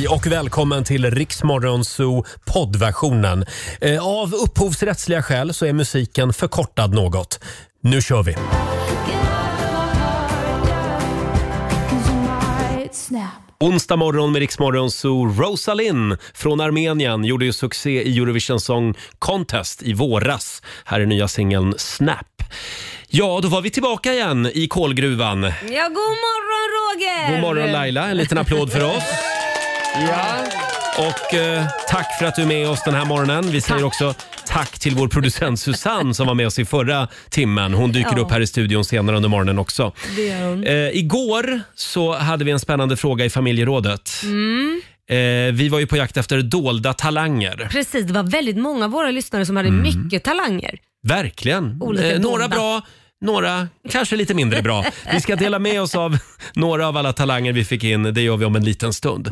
Hej och välkommen till Riksmorgon Zoo poddversionen. Av upphovsrättsliga skäl så är musiken förkortad något. Nu kör vi! Onsdag morgon med Riksmorgon Zoo. Rosalind från Armenien gjorde ju succé i Eurovision Song Contest i våras. Här är nya singeln Snap. Ja, då var vi tillbaka igen i kolgruvan. Ja, god morgon Roger! God morgon Laila, en liten applåd för oss. Ja. Och tack för att du är med oss den här morgonen. Vi säger också tack till vår producent Susanne som var med oss i förra timmen. Hon dyker upp här i studion senare under morgonen också. Det gör hon. Igår så hade vi en spännande fråga i familjerådet. Vi var ju på jakt efter dolda talanger. Precis, det var väldigt många av våra lyssnare som hade mycket talanger. Verkligen. Några bra, några kanske lite mindre bra. Vi ska dela med oss av några av alla talanger vi fick in. Det gör vi om en liten stund.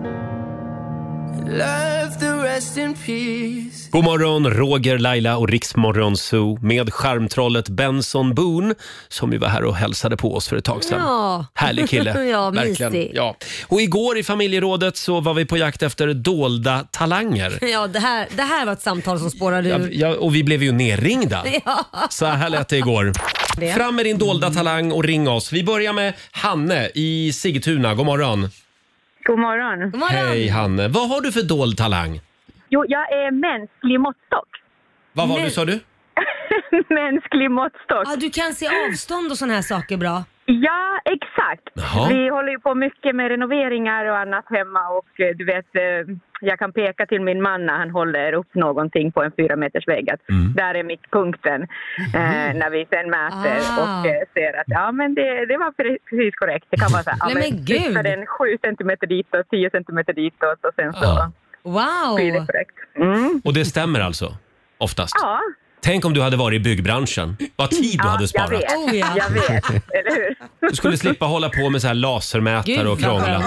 God morgon, Roger, Laila och Riksmorgon Zoo med charmtrollet Benson Boone som ju var här och hälsade på oss för ett tag sedan. Ja. Härlig kille. Ja, verkligen. mysig. Ja. Och igår i familjerådet så var vi på jakt efter dolda talanger. Ja, det här var ett samtal som spårade ur. Ja, och vi blev ju nerringda. Ja. Så här lät det igår. Fram med din dolda talang och ring oss. Vi börjar med Hanne i Sigtuna. God morgon. God morgon. God morgon. Hej Hanne. Vad har du för dold talang? Jo, jag är mänsklig måttstock. Vad var du, sa du? Mänsklig måttstock. Ja, du kan se avstånd och såna här saker bra. Ja, exakt. Jaha. Vi håller ju på mycket med renoveringar och annat hemma och du vet, jag kan peka till min man när han håller upp någonting på en 4 meters vägg. Där är mittpunkten när vi sen mäter och ser att ja, men det var precis korrekt. Det kan vara så här, Nej, men gud. den 7 centimeter ditåt, 10 centimeter ditåt och sen så Wow. blir det korrekt. Och det stämmer alltså? Oftast? Ja. Tänk om du hade varit i byggbranschen. Vad tid du hade sparat. Jag vet, eller hur? Du skulle slippa hålla på med så här lasermätare Gud, och krångla.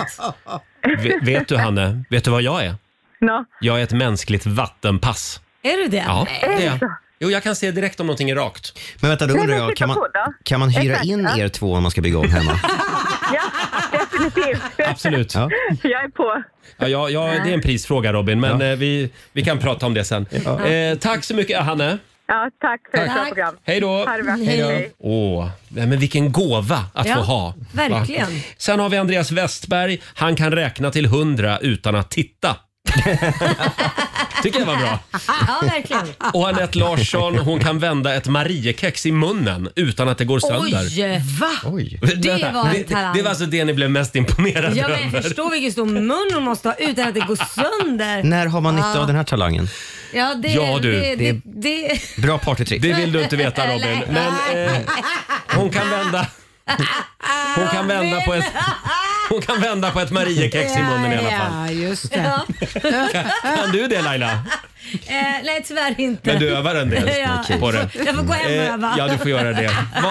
Vet du Hanne, vet du vad jag är? No. Jag är ett mänskligt vattenpass. Är du det? Ja, det är jag. Jo, jag kan se direkt om någonting är rakt. Men vänta, då undrar jag, kan man hyra in er två om man ska bygga om hemma? Ja, definitivt. Absolut. Ja. Jag är på. Ja, det är en prisfråga Robin, men vi kan prata om det sen. Tack så mycket Hanne. Ja, tack för ett bra program. Hej då. Ha det bra. Hej. Men vilken gåva att få ha. Verkligen. Va? Sen har vi Andreas Westberg. Han kan räkna till 100 utan att titta. Tycker jag var bra. Ja, verkligen. Och Anette Larsson, hon kan vända ett Mariekex i munnen utan att det går sönder. Oj, va? Oj. Det var en talang. Det var alltså det ni blev mest imponerade Ja, men över. förstå vilken stor mun hon måste ha utan att det går sönder. När har man nytta av den här talangen? Ja, det Bra partytrick. Det vill du inte veta Robin. Men hon kan vända på ett Mariekex i munnen i alla fall. Ja, just det. Kan du det Laila? Nej, tyvärr inte. Men du övar en del på det. Jag får gå hem och öva. Ja, du får göra det.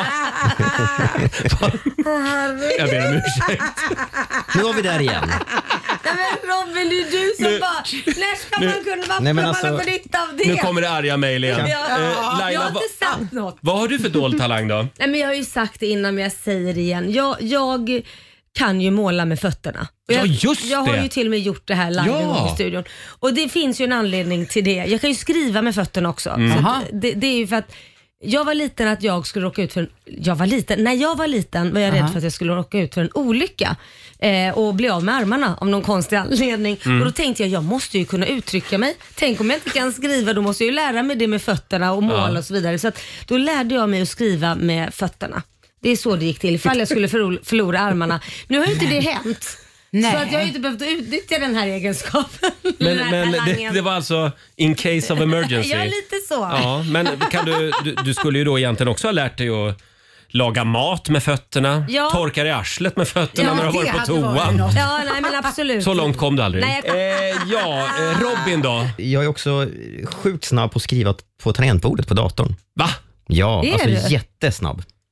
Jag ber om ursäkt. Nu var vi där igen. Nej, men Robin, det är du som bara... När ska man kunna Nej, men man alltså, få nytta av det? Nu kommer det arga mejl igen. Ja. Jag har inte sagt något. Vad har du för dold talang då? Nej, men jag har ju sagt det innan men jag säger det igen. Jag kan ju måla med fötterna. Och Ja, just det. Jag har ju till och med gjort det här live i studion. Och det finns ju en anledning till det. Jag kan ju skriva med fötterna också. Så att det är ju för att jag var liten att jag skulle råka ut för när jag var liten var jag rädd för att jag skulle råka ut för en olycka och bli av med armarna av någon konstig anledning. Och då tänkte jag måste ju kunna uttrycka mig. Tänk om jag inte kan skriva, då måste jag ju lära mig det med fötterna och måla och så vidare. Så att då lärde jag mig att skriva med fötterna. Det är så det gick till, ifall jag skulle förlora armarna. Nu har ju inte det hänt. Nej. Så att jag har inte behövt utnyttja den här egenskapen. Men det var alltså in case of emergency. Ja, lite så. Ja, men du skulle ju då egentligen också ha lärt dig att laga mat med fötterna, torka dig i arslet med fötterna när du har varit på toan. Ja, nej men absolut. Så långt kom du aldrig. Nej, Robin då? Jag är också sjukt snabb på att skriva på tangentbordet på datorn. Va? Ja, Är alltså du? jättesnabb.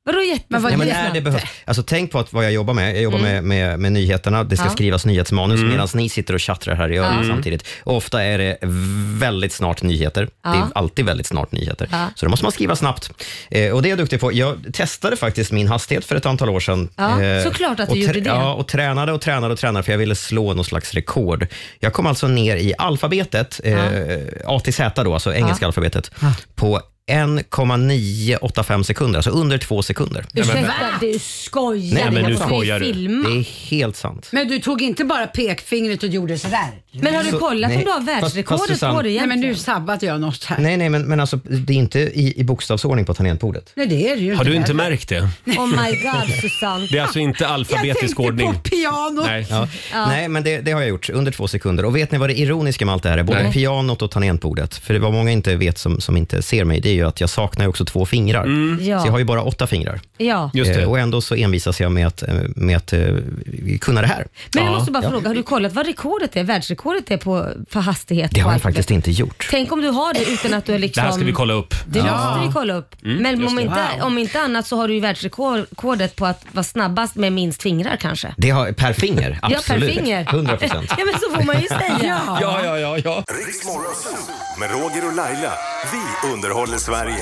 Vadå jättefort? Alltså tänk på vad jag jobbar med. Jag jobbar med nyheterna. Det ska skrivas nyhetsmanus medan ni sitter och chattar här i öronen samtidigt. Och ofta är det väldigt snart nyheter. Det är alltid väldigt snart nyheter. Så då måste man skriva snabbt. Och det är jag duktig på. Jag testade faktiskt min hastighet för ett antal år sedan. Såklart att du gjorde det. Ja, och tränade för jag ville slå någon slags rekord. Jag kom alltså ner i alfabetet, A till Z då, alltså engelska alfabetet, på 1,985 sekunder, alltså under 2 sekunder. Ursäkta, du skojar. Nej, men du skojar. Det är helt sant. Men du tog inte bara pekfingret och gjorde sådär. Men har du kollat om du har världsrekordet på det? Nej, men nu sabbat jag något här. Nej, men alltså det är inte i bokstavsordning på tangentbordet. Nej, det är det ju. Har du inte märkt det? Oh my god, Susanne. Det är alltså inte alfabetisk ordning. Jag tänkte på pianot. Nej, Nej, men det har jag gjort under 2 sekunder. Och vet ni vad det ironiska med allt det här är? Både pianot och tangentbordet. För det var många inte vet som inte ser mig. Det är ju att jag saknar också 2 fingrar. Så jag har ju bara 8 fingrar. Ja. Just det. Och ändå så envisas jag med att kunna det här. Men jag måste bara fråga, har du kollat vad rekordet är? Världsrekordet är för hastighet? Det har jag faktiskt inte gjort. Tänk om du har det utan att du är liksom... Det här ska vi kolla upp. Det måste vi kolla upp. Men om inte annat så har du ju världsrekordet på att vara snabbast med minst fingrar kanske. Det har per finger, absolut. Ja, per finger. 100%. Ja, men så får man ju säga. Ja. Riks Morgonzoo med Roger och Laila. Vi underhåller Sverige.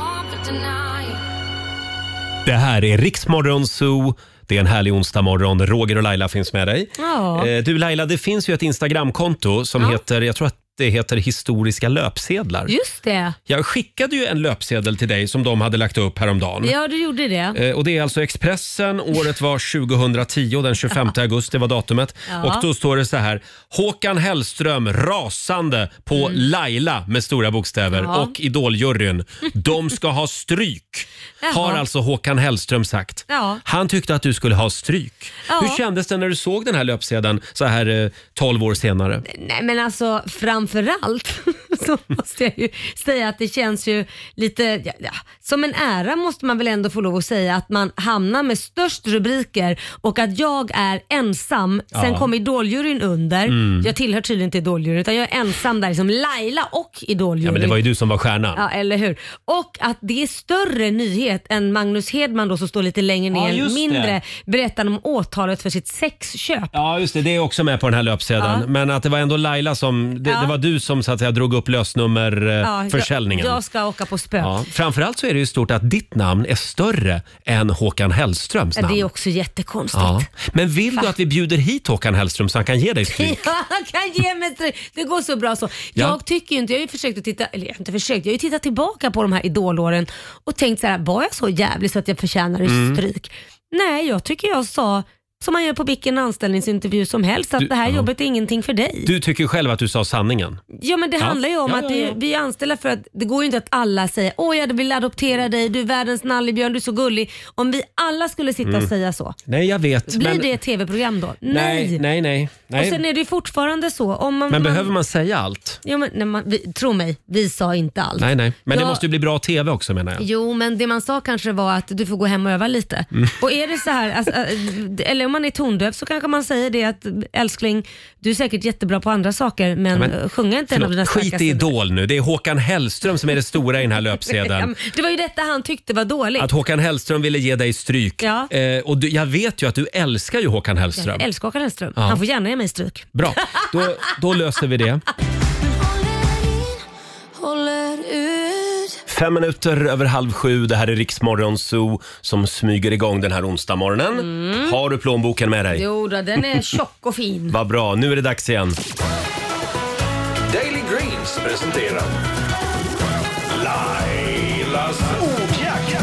Det här är Riks Morgonzoo. Det är en härlig onsdag morgon. Roger och Laila finns med dig. Ja. Du Laila, det finns ju ett Instagramkonto som heter, jag tror att det heter historiska löpsedlar. Just det. Jag skickade ju en löpsedel till dig som de hade lagt upp häromdagen. Ja, du gjorde det. Och det är alltså Expressen. Året var 2010, den 25 augusti var datumet. Och då står det så här: Håkan Hellström rasande på Laila med stora bokstäver och Idoljuryn. De ska ha stryk. Har alltså Håkan Hellström sagt. Han tyckte att du skulle ha stryk. Hur kändes det när du såg den här löpsedeln så här 12 år senare? Nej, men alltså framförallt så måste jag ju säga att det känns ju lite som en ära, måste man väl ändå få lov att säga, att man hamnar med störst rubriker och att jag är ensam. Sen kom Idoljuryn under. Jag tillhör tydligen inte Idoljuryn utan jag är ensam där som Laila och Idoljuryn. Ja, men det var ju du som var stjärnan. Ja, eller hur? Och att det är större nyhet än Magnus Hedman då som står lite längre ner, mindre, berättar om åtalet för sitt sexköp. Ja, just det. Det är också med på den här löpsedeln. Men att det var ändå Laila som, det var du som så att säga drog upp lösnummerförsäljningen. Jag ska åka på spö. Ja. Framförallt så är det ju stort att ditt namn är större än Håkan Hellströms namn. Det är också jättekonstigt. Ja. Men vill du att vi bjuder hit Håkan Hellström så han kan ge dig stryk? Ja, han kan ge mig stryk. Det går så bra så. Jag tycker ju inte, jag har ju försökt att titta, eller jag har inte försökt, jag har ju tittat tillbaka på de här idolåren och tänkt så här: var jag så jävlig så att jag förtjänar stryk? Nej, jag tycker jag sa som man gör på vilken anställningsintervju som helst, att det här jobbet är ingenting för dig. Du tycker själv att du sa sanningen? Ja, men det handlar ju om att vi är anställda för att det går ju inte att alla säger jag vill adoptera dig, du är världens nallebjörn, du är så gullig. Om vi alla skulle sitta och säga så. Nej, jag vet. Blir det ett tv-program då? Nej. Och sen är det ju fortfarande så. Om behöver man säga allt? Ja, men tro mig, vi sa inte allt. Nej. Men det måste ju bli bra tv också, menar jag. Jo, men det man sa kanske var att du får gå hem och öva lite. Och är det så här, alltså, eller om man är tondöv så kanske man säger det att älskling, du är säkert jättebra på andra saker, men sjunga inte en av dina starkaste. Skit i Idol nu, det är Håkan Hellström som är det stora i den här löpsedeln. Det var ju detta han tyckte var dåligt. Att Håkan Hellström ville ge dig stryk. Ja. Och jag vet ju att du älskar ju Håkan Hellström. Jag älskar Håkan Hellström. Han får gärna ge mig stryk. Bra, då löser vi det. 5 minuter över 6:30. Det här är Riks Morgonzoo som smyger igång den här onsdag morgonen. Har du plånboken med dig? Jo då, den är tjock och fin. Vad bra, nu är det dags igen. Daily Greens presenterar Lailas ordjakt.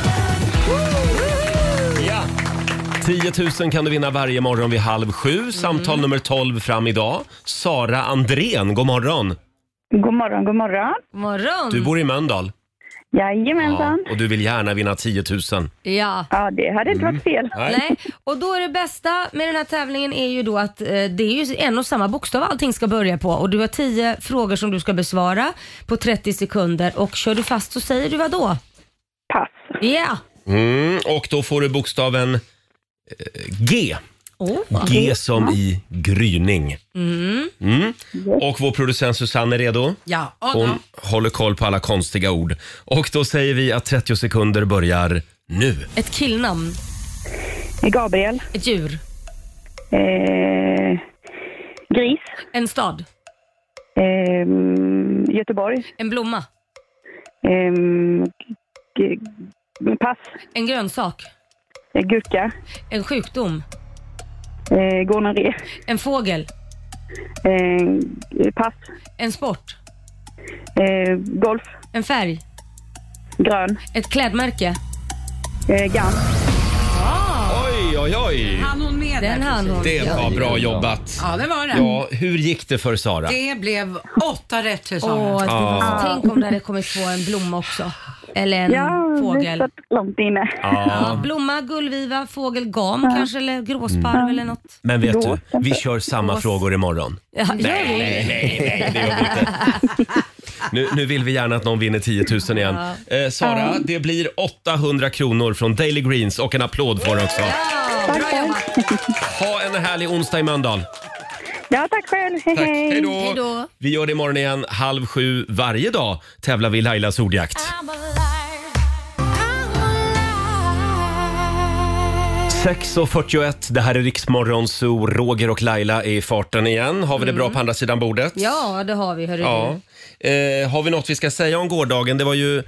10 000 kan du vinna varje morgon vid 6:30. Samtal nummer 12 fram idag. Sara Andrén, god morgon. God morgon, god morgon. God morgon. Du bor i Mölndal. Jajamensan. Och du vill gärna vinna 10 000. Ja, det hade inte varit fel. Nej. Och då är det bästa med den här tävlingen är ju då att det är ju en och samma bokstav allting ska börja på. Och du har 10 frågor som du ska besvara på 30 sekunder. Och kör du fast så säger du vad då? Pass. Ja. Och då får du bokstaven G. G som i gryning. Och vår producent Susanne är redo. Ja. Hon håller koll på alla konstiga ord. Och då säger vi att 30 sekunder börjar nu. Ett killnamn. Gabriel. Ett djur. Gris. En stad. Göteborg. En blomma. Pass. En grönsak. Gurka. En sjukdom. Gonorré. En fågel. Pass. En sport. Golf. En färg. Grön. Ett klädmärke. Gans. Oj. Han hon med Den där hann precis. hon. Det var bra jobbat. Ja, det var det. Ja, hur gick det för Sara? Det blev 8 rätt för Sara. Tänk om det hade kommit på en blomma också. Eller en fågel. Det satt långt inne. Ja, blomma, gullviva, fågel, gam kanske, eller gråsparv eller något. Men vet du, vi kör samma Gås. frågor imorgon. Ja, Nej, det gör vi inte. Nu vill vi gärna att någon vinner 10 000 igen. Sara, det blir 800 kronor från Daily Greens och en applåd får du också. Bra jobbat. Ha en härlig onsdag i Mölndal. Ja, tack själv. Hej, Tack, hej. hej Hej då. då. Vi gör det imorgon igen, 6:30 varje dag tävlar vi i Lailas ordjakt. 6:41, det här är Riksmorgon, så Roger och Laila är i farten igen. Har vi det bra på andra sidan bordet? Ja, det har vi, hörru Ja. Har vi något vi ska säga om gårdagen? Det var ju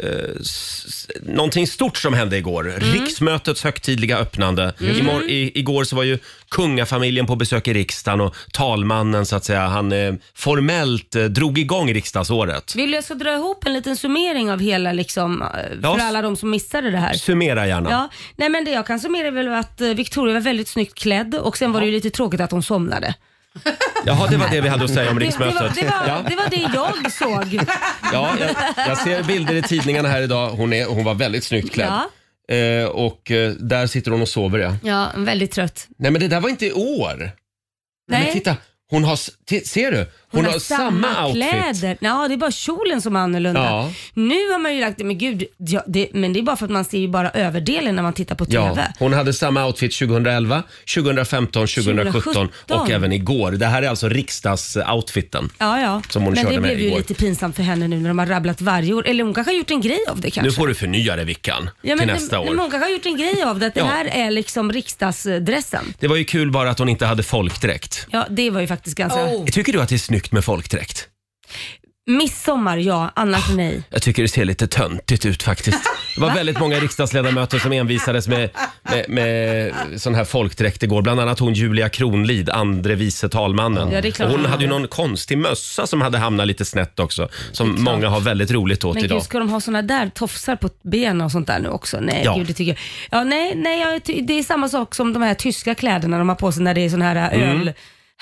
någonting stort som hände igår. Riksmötets högtidliga öppnande. Igår så var ju kungafamiljen på besök i riksdagen och talmannen så att säga, han formellt drog igång riksdagsåret. Vill jag ska dra ihop en liten summering av hela liksom, för alla de som missade det här? Summera gärna. Ja, nej men det jag kan summera är väl att Victoria var väldigt snyggt klädd och sen var det ju lite tråkigt att hon somnade. Jaha, det var det vi hade att säga om riksmötet. Det var det jag såg. Ja, jag ser bilder i tidningarna här idag. Hon var väldigt snyggt klädd. Ja. Och där sitter hon och sover. Ja, väldigt trött. Nej, men det där var inte i år. Nej. Men titta, hon har, ser du? Hon har samma outfit. kläder. Ja, det är bara kjolen som är annorlunda. Ja. Nu har man ju lagt det, men gud, men det är bara för att man ser ju bara överdelen när man tittar på TV. Ja, hon hade samma outfit 2011, 2015, 2017 och även igår. Det här är alltså riksdagsoutfiten. Ja. Som hon men körde det med blev ju igår. lite pinsamt för henne nu när de har rabblat varje år. Eller hon kanske har gjort en grej av det kanske. Nu får du förnya det, Vickan, till nästa år. Men hon kanske har gjort en grej av det, att det här är liksom riksdagsdressen. Det var ju kul bara att hon inte hade folkdräkt. Ja, det var ju faktiskt ganska... Tycker du att det är snyggt med folkdräkt? Midsommar, ja. Annars nej. Jag tycker det ser lite töntigt ut faktiskt. Det var väldigt många riksdagsledamöter som envisades med sån här folkdräkt igår. Bland annat hon Julia Kronlid, andre vice talmannen. Ja, det är klart. Och hon hade ju någon konstig mössa som hade hamnat lite snett också. Som många har väldigt roligt åt men idag. Gud, ska de ha såna där tofsar på benen och sånt där nu också? Nej, Ja. gud, det tycker jag. Ja, det är samma sak som de här tyska kläderna de har på sig när det är sån här öl.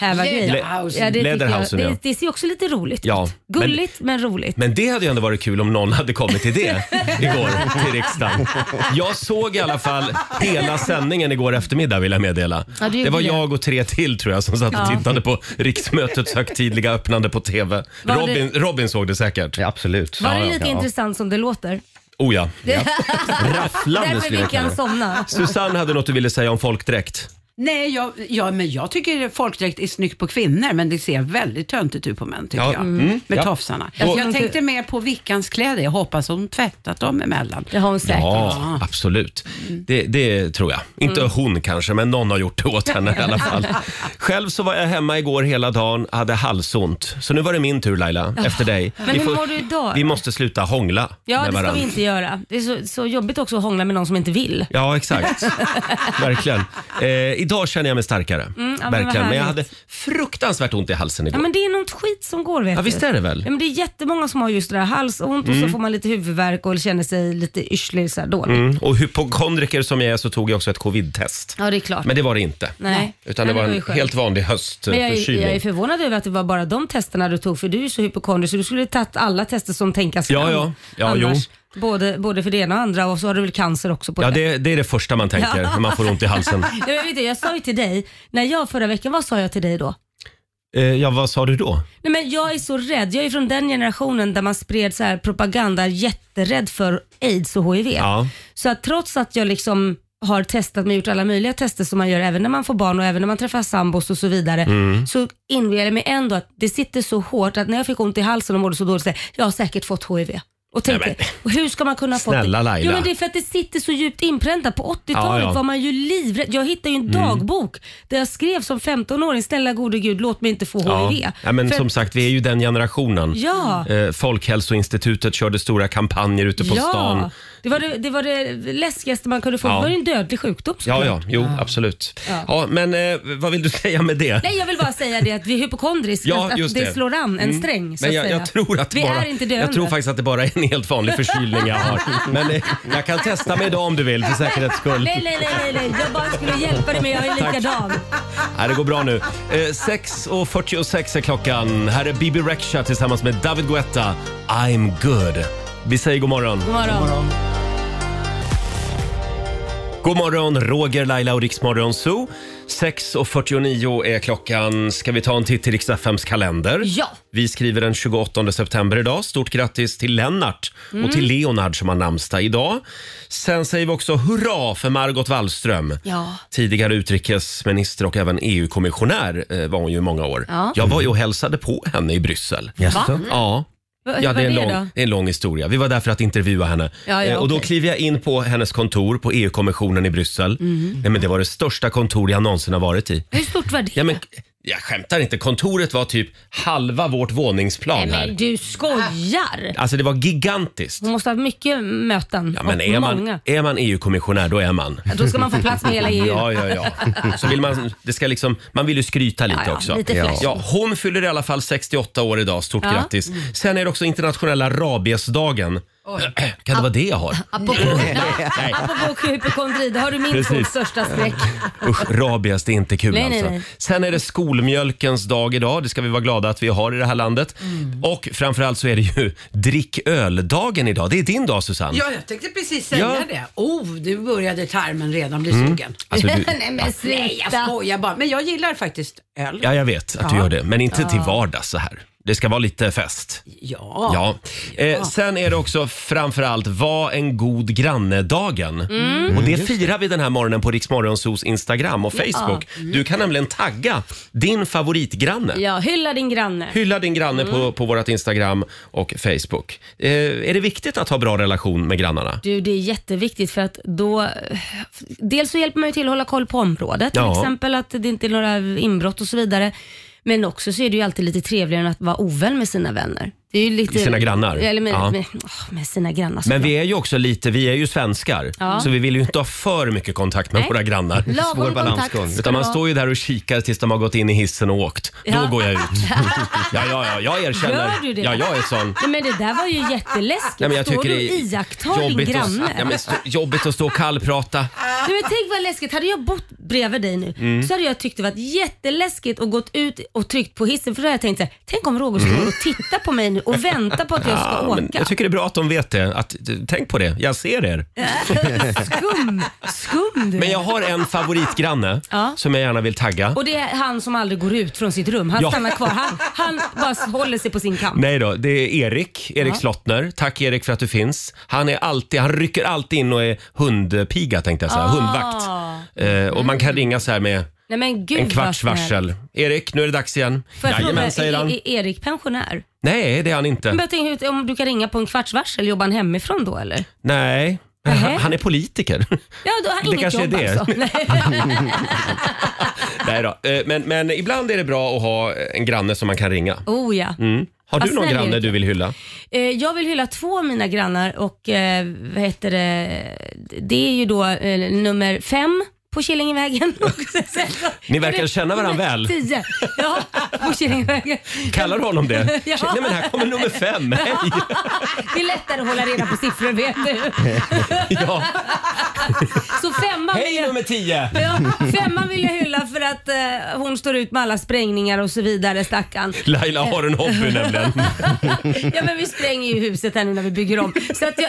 Lederhausen. Det ser också lite roligt Ja, ut. Gulligt men roligt. Men det hade ju ändå varit kul om någon hade kommit till det igår till riksdagen. Jag såg i alla fall hela sändningen igår eftermiddag, vill jag meddela. Ja, det var jag och 3 till tror jag som satt och tittade på riksmötets högtidliga öppnande på TV. Robin såg det säkert. Ja, absolut. Var det lite intressant som det låter? Oh ja. Rafflande Därför skulle vi jag kalla kan det. somna. Susanne hade något du ville säga om folkdräkt. Nej, men jag tycker folkdräkt är snyggt på kvinnor, men det ser väldigt töntigt ut på män tycker jag. Med tofsarna. Jag tänkte mer på Vickans kläder. Jag hoppas hon tvättat dem emellan. Det har hon säkert. Ja, absolut. Det tror jag. Inte hon kanske, men någon har gjort det åt henne i alla fall. Själv så var jag hemma igår hela dagen, hade halsont. Så nu var det min tur, Laila, efter dig. Men hur mår du idag? Vi måste sluta hångla Ja, med det ska varandra. vi inte göra. Det är så jobbigt också att hångla med någon som inte vill. Ja, exakt. Verkligen. Idag känner jag mig starkare. Verkligen. Men jag hade fruktansvärt ont i halsen igår. Ja, men det är något skit som går, vet du. Ja, visst är det väl? Ja, men det är jättemånga som har just det där halsont och så får man lite huvudvärk och känner sig lite yrslig, så här dålig. Och hypokondriker som jag är så tog jag också ett covid-test. Ja, det är klart. Men det var det inte. Nej. Utan det var en skönt. helt vanlig Men höstförkylning. jag är förvånad över att det var bara de testerna du tog, för du är så hypokondrisk så du skulle tagit alla tester som tänkas kan. Ja, annars. Både för det ena och andra, och så har du väl cancer också på Ja, det. det är det första man tänker när man får ont i halsen. Jag sa ju till dig, när jag förra veckan, vad sa jag till dig då? Ja, vad sa du då? Nej, men jag är så rädd. Jag är från den generationen där man spred så här propaganda, jätterädd för AIDS och HIV. Ja. Så att trots att jag liksom har testat mig, gjort alla möjliga tester som man gör även när man får barn och även när man träffar sambos och så vidare, så inbillar jag mig ändå att det sitter så hårt att när jag fick ont i halsen och mådde så dåligt, jag har säkert fått HIV. Och tänkte, och hur ska man kunna få det? Laila. Jo, men det är för att det sitter så djupt inpräntat. På 80-talet var man ju livrädd. Jag hittade ju en dagbok där jag skrev som 15-åring, snälla gode Gud, låt mig inte få HIV. Ja, men som sagt, vi är ju den generationen. Ja. Folkhälsoinstitutet körde stora kampanjer ute på stan. Det var det läskigaste man kunde få. Det var ju en dödlig sjukdom. Absolut. Ja, men vad vill du säga med det? Nej, jag vill bara säga det att vi är hypokondriska, att det slår an en sträng. Så men jag tror att jag tror faktiskt att det bara är en helt vanlig förkylning jag har. Men jag kan testa mig idag om du vill, för säkerhets skull. Nej. Jag bara skulle hjälpa dig, men jag är likadan. Det går bra nu. 6:46 är klockan. Här är Bibi Rexha tillsammans med David Guetta. I'm good. Vi säger god morgon. God morgon. God morgon, Roger, Laila och Riksmorgon Zoo. 6:49 är klockan. Ska vi ta en titt i Rix FMs kalender? Ja. Vi skriver den 28 september idag. Stort grattis till Lennart och till Leonard som har namnsdag idag. Sen säger vi också hurra för Margot Wallström. Ja. Tidigare utrikesminister och även EU-kommissionär var hon ju i många år. Ja. Jag var ju och hälsade på henne i Bryssel. Va? Ja. Ja, det är en lång historia. Vi var där för att intervjua henne. Och då kliver jag in på hennes kontor på EU-kommissionen i Bryssel. Nej, men det var det största kontor jag någonsin har varit i. Hur stort var det? Ja, men jag skämtar inte. Kontoret var typ halva vårt våningsplan. Nej, men du skojar. Alltså det var gigantiskt. Man måste ha mycket möten. Ja, men är man EU-kommissionär, då är man. Då ska man få plats med hela EU. Ja. Så vill man vill ju skryta lite också. Lite hon fyller i alla fall 68 år idag. Stort grattis. Sen är det också internationella rabiesdagen. Kan det vara det jag har? Apropå hypokondri, det har du min största skräck. Usch, rabies, det är inte kul alltså. Nej. Sen är det skolmjölkens dag idag. Det ska vi vara glada att vi har i det här landet. Och framförallt så är det ju drick öl-dagen idag. Det är din dag, Susanne. Ja, jag tänkte precis säga det. Du började tarmen redan bli sugen. Alltså, Nej, jag skojar bara. Men jag gillar faktiskt öl. Ja, jag vet att du gör det. Men inte till vardags så här. Det ska vara lite fest. Ja. Sen är det också framförallt var en god granne-dagen. Och det firar vi den här morgonen på Riksmorgonsos Instagram och Facebook. Du kan nämligen tagga din favoritgranne. Ja, hylla din granne. Hylla din granne på vårt Instagram och Facebook. Är det viktigt att ha bra relation med grannarna? Du, det är jätteviktigt för att då... Dels så hjälper man ju till att hålla koll på området. Till exempel att det inte är några inbrott och så vidare. Men också så är det ju alltid lite trevligare än att vara ovän med sina vänner. Det är ju lite, sina grannar? Eller med sina grannar. Men vi är ju också vi är ju svenskar. Så vi vill ju inte ha för mycket kontakt med våra grannar. Svår balansgång. Utan man står ju där och kikar tills de har gått in i hissen och åkt. Då går jag ut. Jag erkänner. Gör du det? Ja, jag är sån. Men det där var ju jätteläskigt. Nej, men jag tycker det är iakttar din granne. Jobbigt att stå och kallprata. Men tänk vad läskigt. Hade jag bott bredvid dig nu så hade jag tyckt det var jätteläskigt och gått ut och tryckt på hissen. För då hade jag tänkt så här, tänk om Roger står och tittar på mig nu och väntar på att jag ska åka. Men jag tycker det är bra att de vet det. Tänk på det, jag ser er. Skum du. Men jag har en favoritgranne som jag gärna vill tagga. Och det är han som aldrig går ut från sitt rum. Han stannar kvar. Han bara håller sig på sin kant. Nej då, det är Erik Slottner. Tack Erik för att du finns. Han rycker alltid in och är hundpiga, tänkte jag säga. Hundvakt. Och man kan ringa så här med en kvarts varsel. Erik, nu är det dags igen. Jajamän, säger han. Är Erik pensionär? Nej, det är han inte. Men jag tänker, om du kan ringa på en kvarts varsel, jobbar han hemifrån då eller? Nej. Han är politiker. Ja, då har han inget kanske jobb är det. Alltså. Nej då. Men ibland är det bra att ha en granne som man kan ringa. Oh ja. Har du någon granne du vill hylla? Jag vill hylla 2 av mina grannar och vad heter det? Det är ju då nummer 5 på Killingevägen. Ni verkar känna varandra väl. 10. Ja, på Killingevägen. Kallar du honom det? Ja. Nej, men här kommer nummer 5. Hej. Det är lättare att hålla reda på siffror, vet du. Ja. Så 5 Hej nummer 10. Ja, 5 vill jag hylla för att hon står ut med alla sprängningar och så vidare, stackarn. Laila har en hobby nämligen. Ja, men vi spränger ju huset här nu när vi bygger om. Så att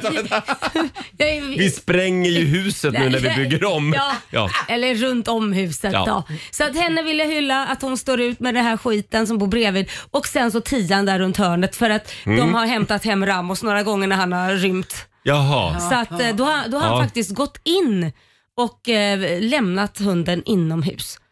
vi spränger ju huset nu när vi bygger om. Ja. Eller runt om huset då. Så att henne vill jag hylla, att hon står ut med den här skiten som bor bredvid. Och sen så 10 där runt hörnet för att de har hämtat hem Ramos några gånger när han har rymt. Jaha. Så att då har han faktiskt gått in och lämnat hunden inomhus.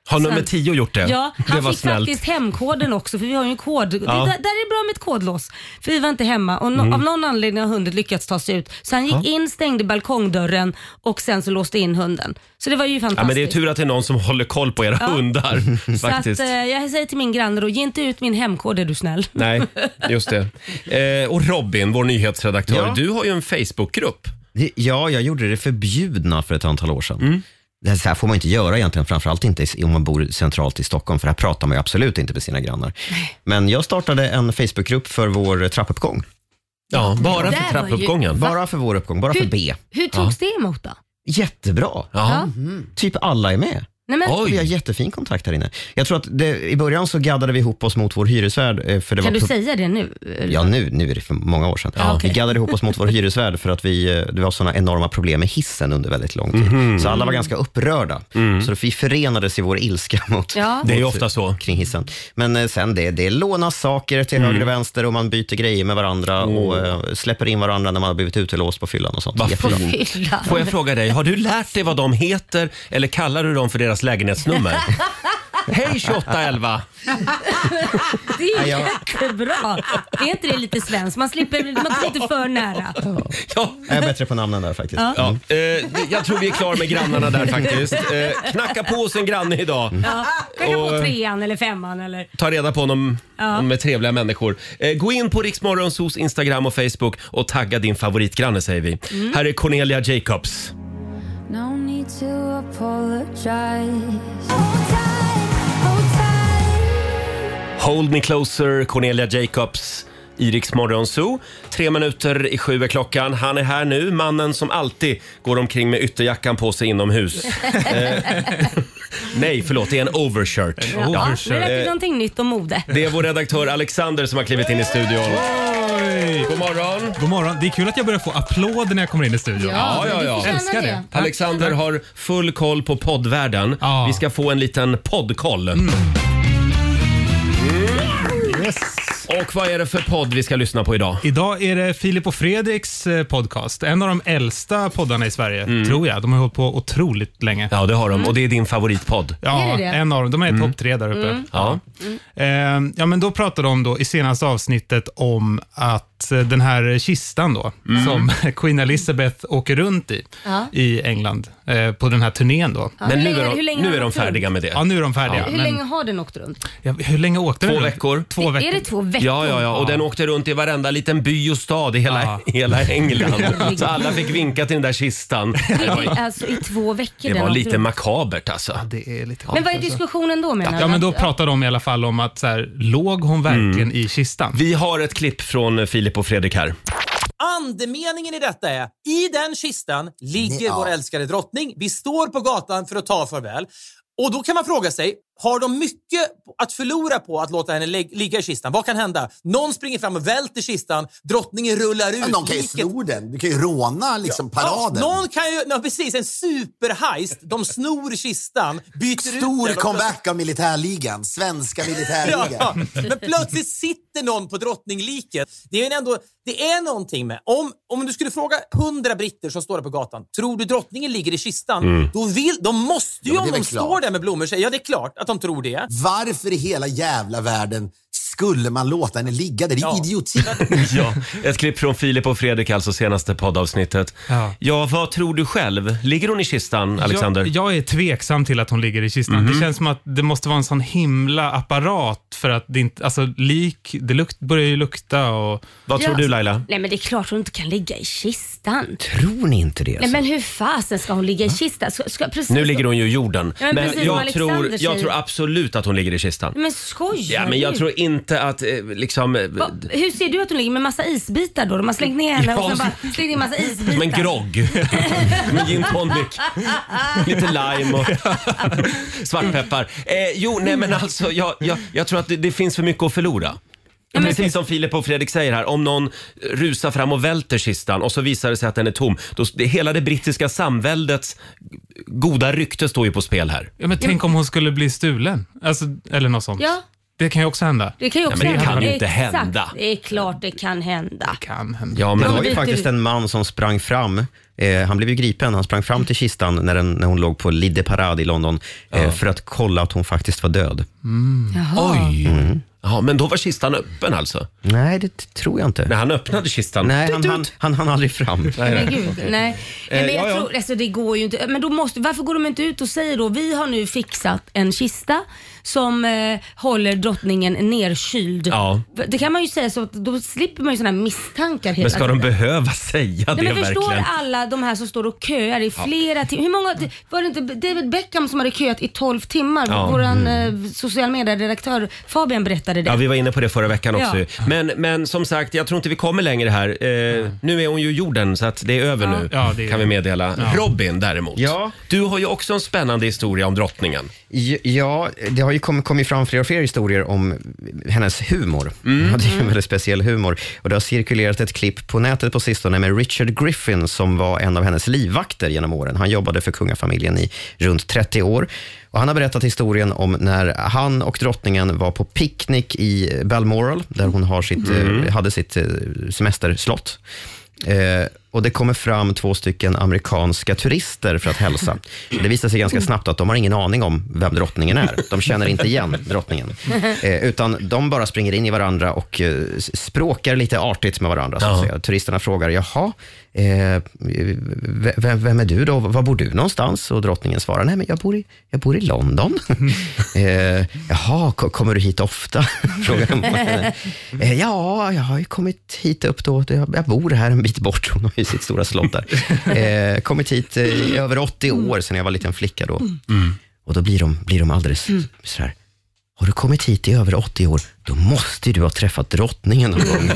Har nummer 10 gjort det? Ja, det han var fick snällt. faktiskt hemkoden också, för vi har ju en kod. Där är det bra med ett kodlås. För vi var inte hemma och av någon anledning har hunden lyckats ta sig ut. Så han gick in, stängde balkongdörren och sen så låste in hunden. Så det var ju fantastiskt. Ja, men det är tur att det är någon som håller koll på era hundar. Faktiskt. Så att, jag säger till min granne då, ge inte ut min hemkod, är du snäll. Nej, just det. Och Robin, vår nyhetsredaktör, du har ju en Facebookgrupp. Ja, jag gjorde det förbjudna för ett antal år sedan. Det här får man inte göra egentligen, framförallt inte om man bor centralt i Stockholm, för här pratar man ju absolut inte med sina grannar. Men jag startade en Facebookgrupp för vår trappuppgång. Ja, bara för trappuppgången. Bara för vår uppgång, bara för B. Hur togs det emot då? Jättebra. Typ alla är med. Vi har jättefin kontakt här inne. Jag tror att i början så gaddade vi ihop oss mot vår hyresvärd. För det kan du säga det nu? Ja, nu är det för många år sedan. Vi gaddade ihop oss mot vår hyresvärd för att det var såna enorma problem med hissen under väldigt lång tid. Så alla var ganska upprörda. Så vi förenades i vår ilska mot det är ju ofta så kring hissen. Men sen det lånas saker till höger och vänster och man byter grejer med varandra och släpper in varandra när man har blivit utelåst på fyllan och sånt. Får jag fråga dig, har du lärt dig vad de heter eller kallar du dem för deras lägenhetsnummer? Hej 2811. Det är jättebra. Är inte det lite svenskt? Man går inte för nära. Jag är bättre på namnen där faktiskt. Jag tror vi är klara med grannarna där faktiskt. Knacka på oss en granne idag. Knacka på 3:an eller 5:an eller... Ta reda på om de är trevliga människor. Gå in på Riksmorgonsos Instagram och Facebook och tagga din favoritgranne, säger vi. Här är Cornelia Jacobs. No need to apologize. Hold me closer, Cornelia Jacobs i Rix Morgon Zoo. 6:03 är klockan. Han är här nu, mannen som alltid går omkring med ytterjackan på sig inomhus. Nej, förlåt, det är en overshirt. Det är någonting nytt om mode. Det är vår redaktör Alexander som har klivit in i studion. God morgon. God morgon. Det är kul att jag börjar få applåder när jag kommer in i studion. Ja. Älskar det. Alexander har full koll på poddvärlden. Vi ska få en liten poddkoll. Yes. Och vad är det för podd vi ska lyssna på idag? Idag är det Filip och Fredriks podcast. En av de äldsta poddarna i Sverige, tror jag. De har hållit på otroligt länge. Ja, det har de. Och det är din favoritpodd. Ja, en av dem. De är topp 3 där uppe. Ja, men då pratade de då i senaste avsnittet om att den här kistan då, som Queen Elizabeth åker runt i England på den här turnén då. Men nu är de färdiga med det. Ja, nu är de färdiga. Hur länge har den åkt runt? Ja, hur länge åkte den? 2 veckor. 2 veckor. Är det 2 veckor? Ja. Och den åkte runt i varenda liten by och stad i hela England. Så alla fick vinka till den där kistan. Alltså i 2 veckor. Det var lite makabert alltså. Ja, det är lite men vad är diskussionen då menar du? Ja, men då pratar de i alla fall om att så här, låg hon verkligen i kistan? Vi har ett klipp från Filip och Fredrik här. Andemeningen i detta är, i den kistan ligger vår älskade drottning. Vi står på gatan för att ta farväl. Och då kan man fråga sig, har de mycket att förlora på att låta henne ligga i kistan? Vad kan hända? Någon springer fram och välter kistan, drottningen rullar ut. Men någon kan ju sno den, du kan ju råna liksom paraden. Någon kan ju, precis, en superheist. De snor kistan, byter ut den. Stor comeback av militärligan, svenska militärligan. Men plötsligt sitter någon på drottningliket. Det är någonting med, om du skulle fråga 100 britter som står där på gatan, tror du drottningen ligger i kistan? De måste ju, om de står där med blommor, säga, ja det är klart att de tror det. Varför i hela jävla världen skulle man låta henne ligga där? Det är idioti. Ja, ett klipp från Filip och Fredrik, alltså senaste poddavsnittet. Ja, vad tror du själv? Ligger hon i kistan, Alexander? Jag är tveksam till att hon ligger i kistan. Det känns som att det måste vara en sån himla apparat för att det inte, alltså börjar ju lukta och... Vad tror du, Laila? Nej, men det är klart hon inte kan ligga i kistan. Tror ni inte det? Nej, men hur fasen ska hon ligga i kistan? Nu ligger hon ju i jorden. Ja, men jag tror absolut att hon ligger i kistan. Men skojar. Ja, men jag tror inte att liksom... Hur ser du att hon ligger med massa isbitar då? De har slängt ner henne och sen bara slängt in massa isbitar. Som en grogg. Med gin tonic. Lite lime och svartpeppar. Men alltså jag tror att det finns för mycket att förlora. Precis som Filip och Fredrik säger här, om någon rusar fram och välter kistan och så visar det sig att den är tom, då hela det brittiska samväldets goda rykte står ju på spel här. Ja, men tänk om hon skulle bli stulen, alltså, eller något sånt. Ja. Det kan ju också hända. Det kan ju också men det kan inte Exakt. hända. Det är klart det kan hända. Det kan hända. Ja, men det var ju faktiskt en man som sprang fram. Han blev ju gripen. Han sprang fram till kistan när hon låg på Lide Parade i London för att kolla att hon faktiskt var död. Oj. Ja, men då var kistan öppen alltså? Nej, det tror jag inte. När han öppnade kistan? Nej, han aldrig fram. Men gud, nej. Men jag tror, alltså, det går ju inte. Men då varför går de inte ut och säger då, vi har nu fixat en kista som håller drottningen nerkyld. Ja. Det kan man ju säga, så att då slipper man ju såna här misstankar. Men ska de behöva säga det verkligen? Men förstår alla de här som står och köar i flera timmar. Hur många, var det inte David Beckham som hade köat i 12 timmar? Våran social media-redaktör Fabian berättade det. Ja, vi var inne på det förra veckan också. Men som sagt, jag tror inte vi kommer längre här. Nu är hon ju jorden, så att det är över nu, kan vi meddela. Robin däremot. Ja. Du har ju också en spännande historia om drottningen. Ja, det har ju kommit fram fler och fler historier om hennes humor. Det är en väldigt speciell humor. Och det har cirkulerat ett klipp på nätet på sistone med Richard Griffin som var en av hennes livvakter genom åren. Han jobbade för kungafamiljen i runt 30 år. Och han har berättat historien om när han och drottningen var på picknick i Balmoral, där hon hade sitt semesterslott. Och det kommer fram 2 stycken amerikanska turister för att hälsa. Det visar sig ganska snabbt att de har ingen aning om vem drottningen är. De känner inte igen drottningen. Utan de bara springer in i varandra och språkar lite artigt med varandra. Så att säga. Turisterna frågar, jaha, vem är du då? Var bor du någonstans? Och drottningen svarar, nej men jag bor i London. Jaha, kommer du hit ofta? Frågar de. Ja, jag har ju kommit hit upp då. Jag bor här en bit bort. Hon har ju sitt stora slott där. Kommit hit i över 80 år sedan jag var liten flicka då. Och då blir de alldeles så här. Har du kommit hit i över 80 år, då måste du ha träffat drottningen någon gång.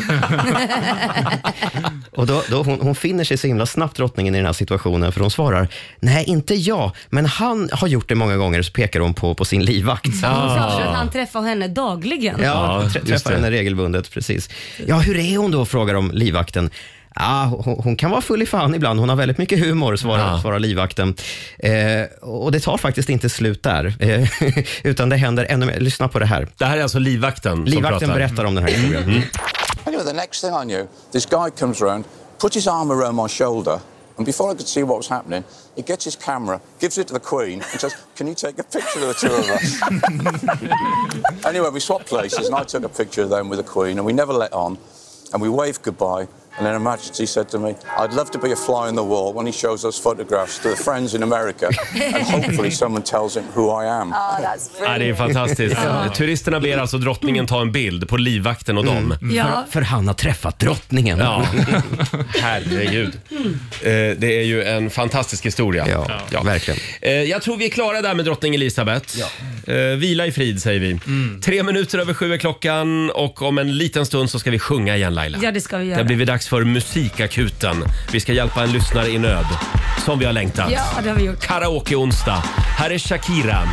Och då hon finner sig så himla snabbt, drottningen, i den här situationen, för hon svarar, nej inte jag, men han har gjort det många gånger, så pekar hon på sin livvakt. Hon sa att han träffar henne dagligen. Ja, träffar henne regelbundet, precis. Ja, hur är hon då, frågar de livvakten. Ja, hon kan vara full i fan ibland. Hon har väldigt mycket humor, svarar livvakten. Och det tar faktiskt inte slut där. Utan det händer ännu mer. Lyssna på det här. Det här är alltså livvakten Livvakten berättar om den här historien. Anyway, the next thing I knew, this guy comes around, puts his arm around my shoulder, and before I could see what was happening, he gets his camera, gives it to the Queen, and says, can you take a picture of the two of us? Anyway, we swapped places, and I took a picture of them with the Queen, and we never let on, and we waved goodbye. And then Her Majesty said to me, I'd love to be a fly on the wall when he shows us photographs to the friends in America and hopefully someone tells him who I am. Det är fantastiskt. Turisterna ber alltså drottningen ta en bild på livvakten och dem. För han har träffat drottningen. Ja. Herregud. Det är ju en fantastisk historia. Ja, verkligen. Jag tror vi är klara där med drottning Elisabeth. Vila i frid, säger vi. 3 minuter över 7 är klockan, och om en liten stund så ska vi sjunga igen, Laila. Ja, det ska vi göra. Det blir vi dags för musikakuten. Vi ska hjälpa en lyssnare i nöd, som vi har längtat. Ja, det har vi gjort. Karaoke onsdag. Här är Shakira.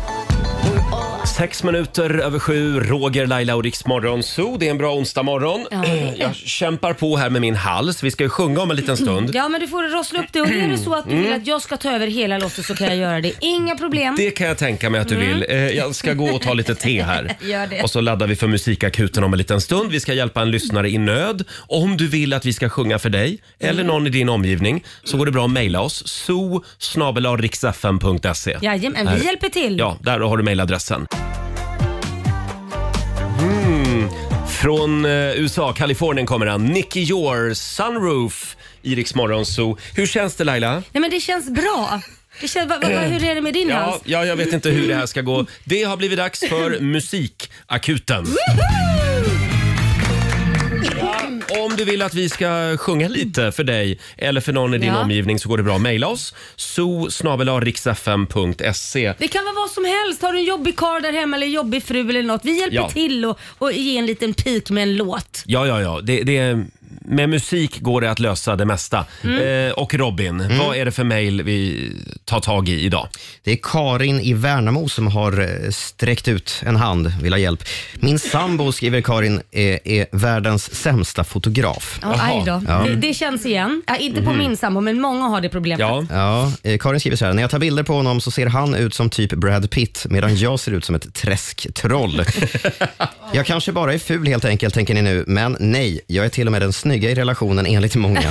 6 minuter över 7, Roger, Laila och Rix Morgon Zoo. Det är en bra onsdag morgon. Jag kämpar på här med min hals. Vi ska ju sjunga om en liten stund. Ja, men du får rossla upp det. Och är det så att du vill att jag ska ta över hela låten, så kan jag göra det. Inga problem. Det kan jag tänka mig att du vill. Jag ska gå och ta lite te här. Gör det. Och så laddar vi för musikakuten om en liten stund. Vi ska hjälpa en lyssnare i nöd. Om du vill att vi ska sjunga för dig eller någon i din omgivning, så går det bra att mejla oss. zoo@riksfm.se. Jajamän, vi hjälper till. Ja, där har du mejladressen. Från USA, Kalifornien kommer han. Nicky Your Sunroof i Rix Morgon Zoo. Hur känns det, Laila? Nej, men det känns bra. Det känns, hur är det med din hals? Ja, jag vet inte hur det här ska gå. Det har blivit dags för musikakuten. Om du vill att vi ska sjunga lite för dig eller för någon i din omgivning, så går det bra att mejla oss. zoo@riksfm.se. Det kan vara vad som helst. Har du en jobbig karl där hemma eller jobbig fru eller något, vi hjälper till och ge en liten pik med en låt. Ja. Det är med musik går det att lösa det mesta. Och Robin, vad är det för mejl vi tar tag i idag? Det är Karin i Värnamo som har sträckt ut en hand, vill ha hjälp. Min sambo, skriver Karin, är världens sämsta fotograf. Aj då. Ja. Det känns igen. Inte på min sambo, men många har det problemet. Ja, Karin skriver så här: när jag tar bilder på honom så ser han ut som typ Brad Pitt, medan jag ser ut som ett träsktroll. Jag kanske bara är ful helt enkelt, tänker ni nu, men nej, jag är till och med den snygga i relationen enligt många.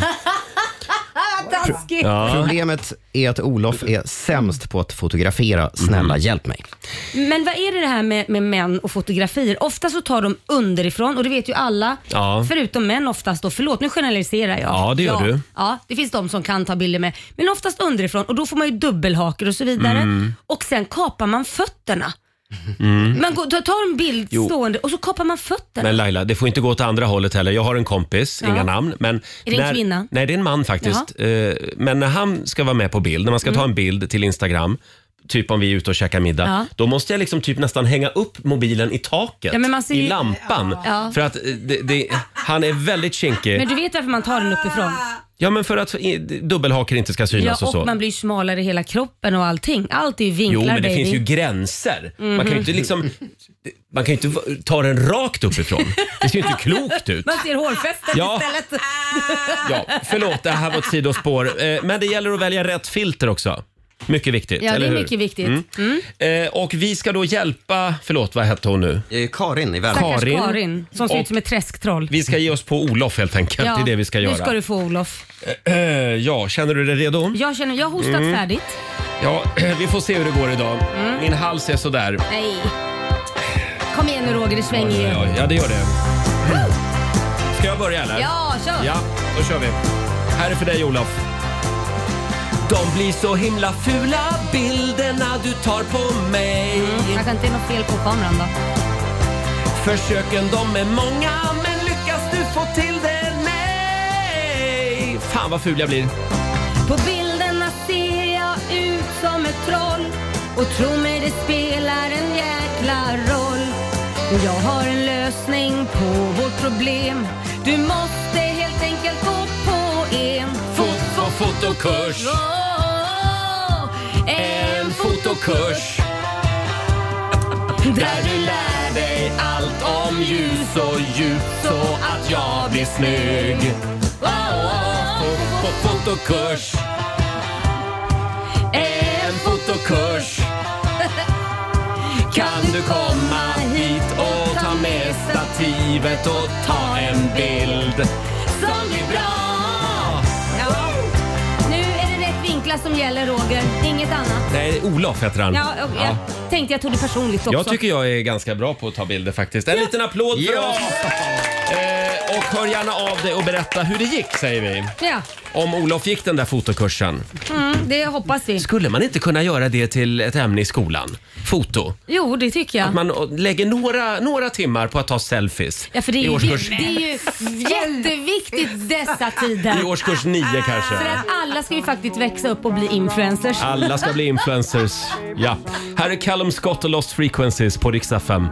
Problemet är att Olof är sämst på att fotografera. Snälla, hjälp mig. Men vad är det här med män och fotografier? Ofta så tar de underifrån, och det vet ju alla, förutom män oftast då. Förlåt, nu generaliserar jag. Ja, det gör du. Ja, det finns de som kan ta bilder med, men oftast underifrån, och då får man ju dubbelhaker och så vidare. Och sen kapar man fötterna. Man tar en bild stående och så kapar man fötterna. Men Laila, det får inte gå åt andra hållet heller. Jag har en kompis, inga namn, men är det en kvinna? Nej, det är en man faktiskt. Men när han ska vara med på bild, när man ska ta en bild till Instagram, typ om vi är ute och käkar middag, då måste jag liksom typ nästan hänga upp mobilen i taket, i lampan. För att han är väldigt kinkig. Men du vet varför man tar den uppifrån? Ja, men för att dubbelhaker inte ska synas och så. Och man blir smalare i hela kroppen och allting. Allt är ju vinklar, Jo, men det finns ju gränser. Man kan ju inte liksom... Man kan ju inte ta den rakt uppifrån. Det ser ju inte klokt ut. Man ser hårfästet istället. Ja, förlåt, det här var ett sidospår. Men det gäller att välja rätt filter också. Mycket viktigt, ja, eller hur? Det är mycket viktigt. Och vi ska då hjälpa... Förlåt, vad hette hon nu? Karin i Värnamo. Karin, som ser ut som ett träsktroll. Vi ska ge oss på Olof helt enkelt. Det är det vi ska göra. Nu ska du få Olof. Ja, känner du dig redo? Jag har hostat färdigt. Ja, vi får se hur det går idag. Min hals är sådär. Nej. Kom igen nu Roger, det svänger ju. Ja, det gör det. Ska jag börja eller? Ja, kör. Ja, då kör vi. Här är för dig Olof. De blir så himla fula bilderna du tar på mig. Jag kan inte något fel på kameran då. Försöken de är många, men lyckas du få till det? Nej. Fan vad ful jag blir. På bilderna ser jag ut som ett troll, och tro mig, det spelar en jäkla roll. Jag har en lösning på vårt problem. Du måste helt enkelt gå på en fotokurs. En fotokurs där du lär dig allt om ljus och djup, så att jag blir snygg. Fotokurs. En fotokurs. Kan du komma hit och ta med stativet och ta en bild som blir bra? Vinklar som gäller, Roger. Inget annat. Nej, Olof heter han. Jag tänkte jag tog det personligt också. Jag tycker jag är ganska bra på att ta bilder faktiskt. En liten applåd för oss. Och hör gärna av dig och berätta hur det gick, säger vi. Ja. Om Olof gick den där fotokursen. Det hoppas vi. Skulle man inte kunna göra det till ett ämne i skolan? Foto? Jo, det tycker jag. Att man lägger några timmar på att ta selfies. Ja, för det är ju jätteviktigt dessa tider. I årskurs 9 kanske. För att alla ska ju faktiskt växa upp och bli influencers. Alla ska bli influencers. Ja. Här är Callum Scott och Lost Frequencies på Rix FM.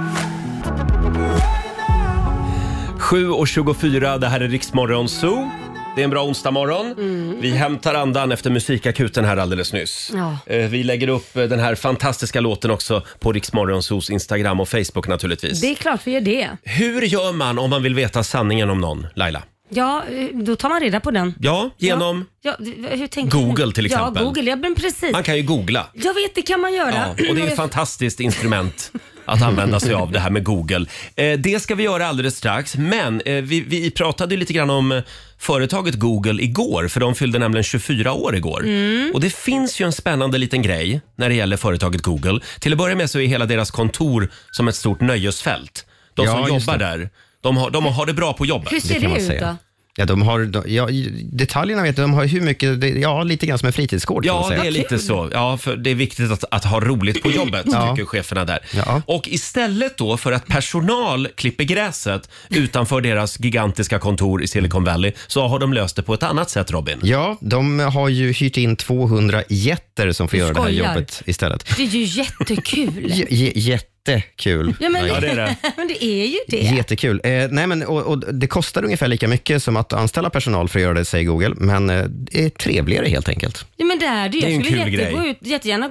7:24, det här är Rix Morgon Zoo. Det är en bra onsdag morgon. Vi hämtar andan efter musikakuten här alldeles nyss. Vi lägger upp den här fantastiska låten också på Rix Morgon Zoos Instagram och Facebook naturligtvis. Det är klart vi gör det. Hur gör man om man vill veta sanningen om någon, Laila? Ja, då tar man reda på den. Ja, genom hur tänker Google till exempel. Ja, Google, men precis. Man kan ju googla. Jag vet, det kan man göra. Ja, och det är ett fantastiskt instrument att använda sig av, det här med Google. Det ska vi göra alldeles strax, men vi pratade lite grann om företaget Google igår, för de fyllde nämligen 24 år igår. Och det finns ju en spännande liten grej när det gäller företaget Google. Till att börja med så är hela deras kontor som ett stort nöjesfält. De som jobbar där, de har det bra på jobbet. Hur ser det ut då? Ja, detaljerna vet de har hur mycket, lite grann som en fritidsgård. Ja, det är lite så. Ja, för det är viktigt att ha roligt på jobbet, tycker cheferna där. Ja. Och istället då för att personal klipper gräset utanför deras gigantiska kontor i Silicon Valley, så har de löst det på ett annat sätt, Robin. Ja, de har ju hyrt in 200 jätter som får göra det här jobbet istället. Det är ju jättekul. jättekul. Ja, men, ja, det är det. Men det är ju det. Jättekul. Nej, men, och det kostar ungefär lika mycket som att anställa personal för att göra det, säger Google. Men det är trevligare helt enkelt. Ja, men det är det. Det är en Jag skulle kul grej. jättegärna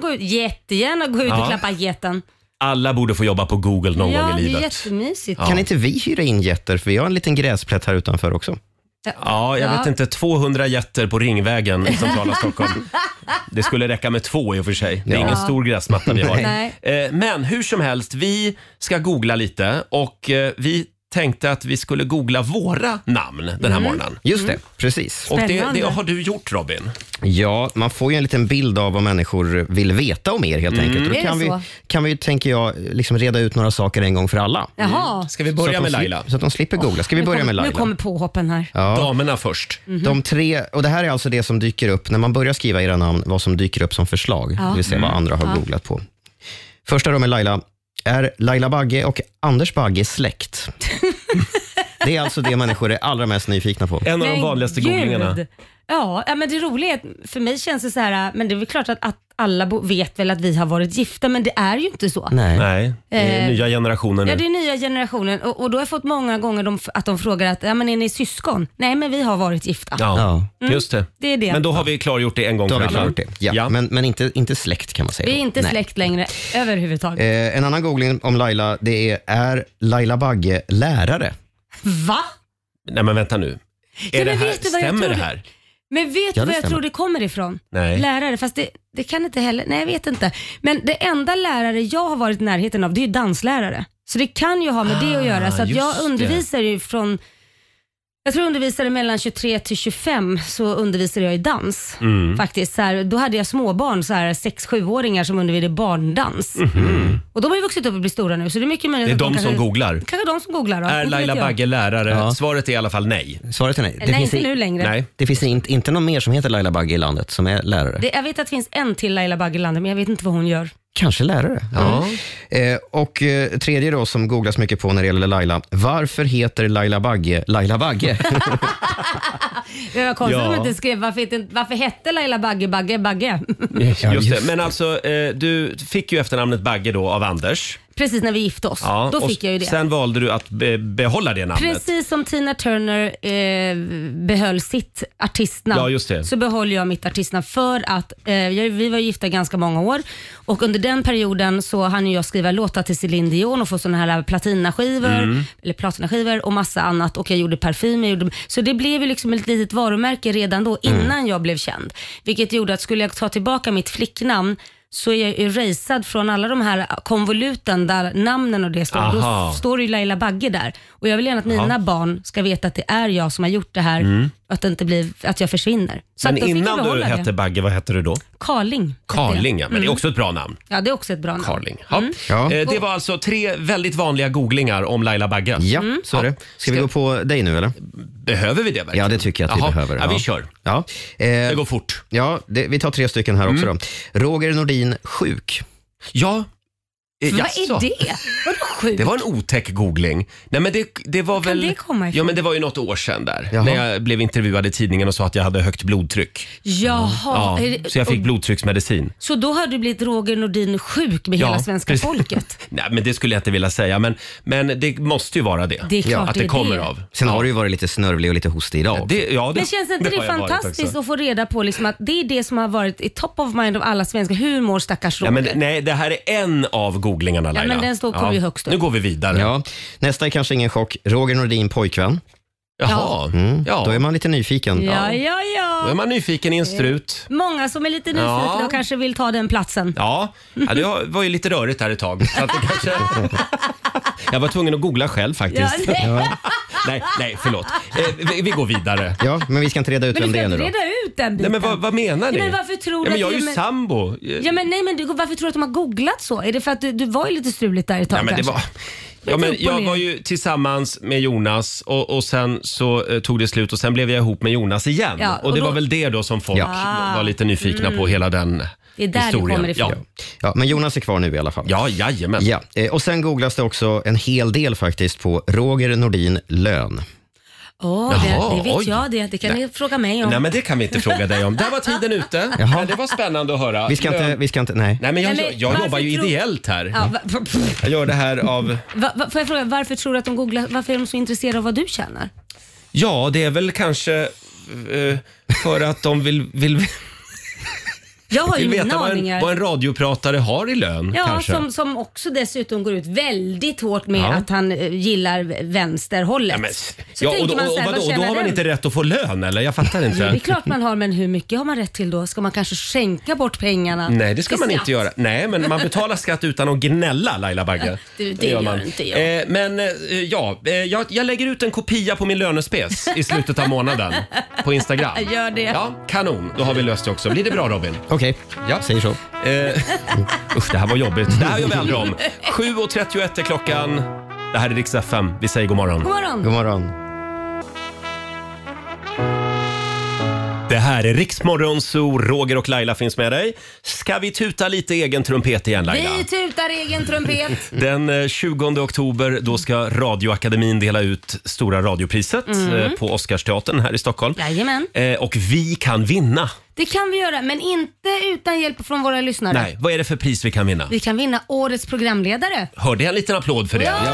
gå ut och klappa jätten. Alla borde få jobba på Google någon gång i livet. Ja, det är jättemysigt. Kan inte vi hyra in jätter? För vi har en liten gräsplätt här utanför också. Ja, jag vet inte. 200 jätter på Ringvägen i centrala Stockholm. Det skulle räcka med 2 i och för sig. Det är ingen stor gräsmatta vi har. Men hur som helst, vi ska googla lite och vi tänkte att vi skulle googla våra namn den här morgonen. Just det, precis. Och det har du gjort, Robin. Ja, man får ju en liten bild av vad människor vill veta om er helt enkelt. Och då kan vi, tänker jag, liksom reda ut några saker en gång för alla. Jaha. Ska vi börja med Laila? Så att de slipper googla. Ska vi börja med Laila? Nu kommer påhoppen här. Ja. Damerna först. De 3, och det här är alltså det som dyker upp när man börjar skriva era namn, vad som dyker upp som förslag. Det vill säga vad andra har googlat på. Första då med Laila. Är Laila Bagge och Anders Bagge släkt? Det är alltså det människor är allra mest nyfikna på. En av de vanligaste googlingarna. Ja, men det roliga är att för mig känns det så här, men det är väl klart att alla vet väl att vi har varit gifta, men det är ju inte så. Nej, det är nya generationen nu. Ja, det är nya generationen och då har jag fått många gånger att de frågar att men är ni syskon? Nej, men vi har varit gifta. Ja, just det. Det är det. Men då har vi klargjort det en gång för alla. Ja. Men inte släkt kan man säga. Vi är inte släkt längre överhuvudtaget. En annan googling om Laila, det är Laila Bagge lärare? Va? Nej, men vänta nu. Stämmer det här? Men vet du vad jag tror det kommer ifrån? Nej. Lärare, fast det kan inte heller. Nej, jag vet inte. Men det enda lärare jag har varit i närheten av, det är ju danslärare. Så det kan ju ha med det att göra. Så att jag undervisar ju från... Jag tror jag undervisade mellan 23 till 25 så undervisade jag i dans. Faktiskt. Så här, då hade jag småbarn, så här 6-7-åringar som undervisade barndans. Och de har ju vuxit upp och blivit stora nu. Så det är mycket möjligt. Det är de som googlar. Kanske de som googlar då. Är Laila Bagge lärare? Ja. Svaret är i alla fall nej. Svaret är nej. Nej, inte nu längre. Nej. Det finns inte någon mer som heter Laila Bagge i landet som är lärare. Jag vet att det finns en till Laila Bagge i landet, men jag vet inte vad hon gör. Kanske lärare. Ja. Och tredje då som googlas mycket på när det gäller Laila. Varför heter Laila Bagge Laila Bagge? Det var konstigt om inte skrev varför hette Laila Bagge Bagge? Just det. Men alltså, du fick ju efternamnet Bagge då av Anders. Precis när vi gifte oss. Ja, då fick jag ju det. Sen valde du att behålla det namnet. Precis som Tina Turner behöll sitt artistnamn. Ja, just det. Så behöll jag mitt artistnamn för att vi var gifta ganska många år. Och under den perioden så hann jag skriva låtar till Celine Dion och få såna här platinaskivor och massa annat. Och jag gjorde parfym. Så det blev ju liksom ett litet varumärke redan då innan jag blev känd. Vilket gjorde att skulle jag ta tillbaka mitt flicknamn så är jag erasad från alla de här konvoluten där namnen och det står. Då står det ju Laila Bagge där. Och jag vill gärna att mina barn ska veta att det är jag som har gjort det här. Att det inte blir att jag försvinner. Så men innan du hette Bagge, vad hette du då? Carling. Carling, ja. Men det är också ett bra namn. Ja, det är också ett bra namn. Carling. Det var alltså 3 väldigt vanliga googlingar om Laila Bagge. Ja, så är det. Ska vi gå på dig nu eller? Behöver vi det verkligen? Ja, det tycker jag att vi behöver. Ja, vi kör. Ja. Det går fort. Ja, vi tar 3 stycken här också då. Roger Nordin, sjuk. Ja. Vad är det? Vadå sjuk? Det var en otäck googling. Nej, men det var väl... Kan det komma ifrån? Ja, men det var ju något år sedan där. Jaha. När jag blev intervjuad i tidningen och sa att jag hade högt blodtryck. Jaha. Ja, så jag fick blodtrycksmedicin. Så då har du blivit Roger Nordin sjuk med hela svenska folket? Nej, men det skulle jag inte vilja säga. Men det måste ju vara det. Det är klart att det kommer av. Sen har du ju varit lite snörvlig och lite hostig idag. Men känns inte det fantastiskt att få reda på liksom att det är det som har varit i top of mind av alla svenska humor, stackars Roger? Ja, men nej, det här är en av googlingarna, Laila. Ja, men den kommer ju högst upp. Nu går vi vidare. Ja. Nästa är kanske ingen chock. Roger Nordin, pojkvän. Jaha. Då är man lite nyfiken. Ja. Då är man nyfiken i en strut. Många som är lite nyfikna och kanske vill ta den platsen. Ja, det var ju lite rörigt här ett tag. Så att det kanske... Jag var tvungen att googla själv faktiskt. Nej, förlåt. Vi går vidare. Ja, men vi ska inte reda ut vem det är nu då. Men vi ska inte reda ut den biten. Nej, men vad menar ni? Men varför tror men jag är ju sambo. Varför tror du att de har googlat så? Är det för att du var ju lite struligt där ett tag kanske? Jag var ju tillsammans med Jonas och sen så tog det slut och sen blev jag ihop med Jonas igen. Ja, och det var väl det då som folk var lite nyfikna på, hela den det är där historien. Det kommer ifrån. Ja, men Jonas är kvar nu i alla fall. Ja, jajamän. Ja. Och sen googlas det också en hel del faktiskt på Roger Nordin lön. Det vet jag det. Det kan ni fråga mig om. Nej, men det kan vi inte fråga dig om. Där var tiden ute. Men det var spännande att höra. Vi ska inte, nej. Nej, men jag jobbar ju ideellt här. Ja, jag gör det här av... Får jag fråga, varför tror du att de googlar? Varför är de så intresserade av vad du tjänar? Ja, det är väl kanske för att de vill jag har ju veta vad en radiopratare har i lön. Ja, kanske. Som också dessutom går ut väldigt hårt med att han gillar vänsterhållet. Och då har man inte rätt att få lön, eller? Jag fattar inte. Jo, det är klart man har, men hur mycket har man rätt till då? Ska man kanske skänka bort pengarna? Nej, det ska man inte göra. Nej, men man betalar skatt utan att gnälla, Laila Bagge. Det gör man. Inte jag. Jag lägger ut en kopia på min lönespes i slutet av månaden på Instagram. Gör det. Ja, kanon. Då har vi löst det också. Blir det bra, Robin? Okej, säger så. Usch, det här var jobbigt. Det här gör vi aldrig om. 7:31 är klockan. Det här är Rix FM. Vi säger god morgon. God morgon. God morgon. Det här är Rix Morgon, så Roger och Laila finns med dig. Ska vi tuta lite egen trumpet igen, Laila? Vi tutar egen trumpet. Den 20 oktober då ska Radioakademin dela ut stora radiopriset på Oscarsteatern här i Stockholm. Jajamän. Och vi kan vinna. Det kan vi göra, men inte utan hjälp från våra lyssnare. Nej, vad är det för pris vi kan vinna? Vi kan vinna årets programledare. Hörde jag en liten applåd för det? Ja!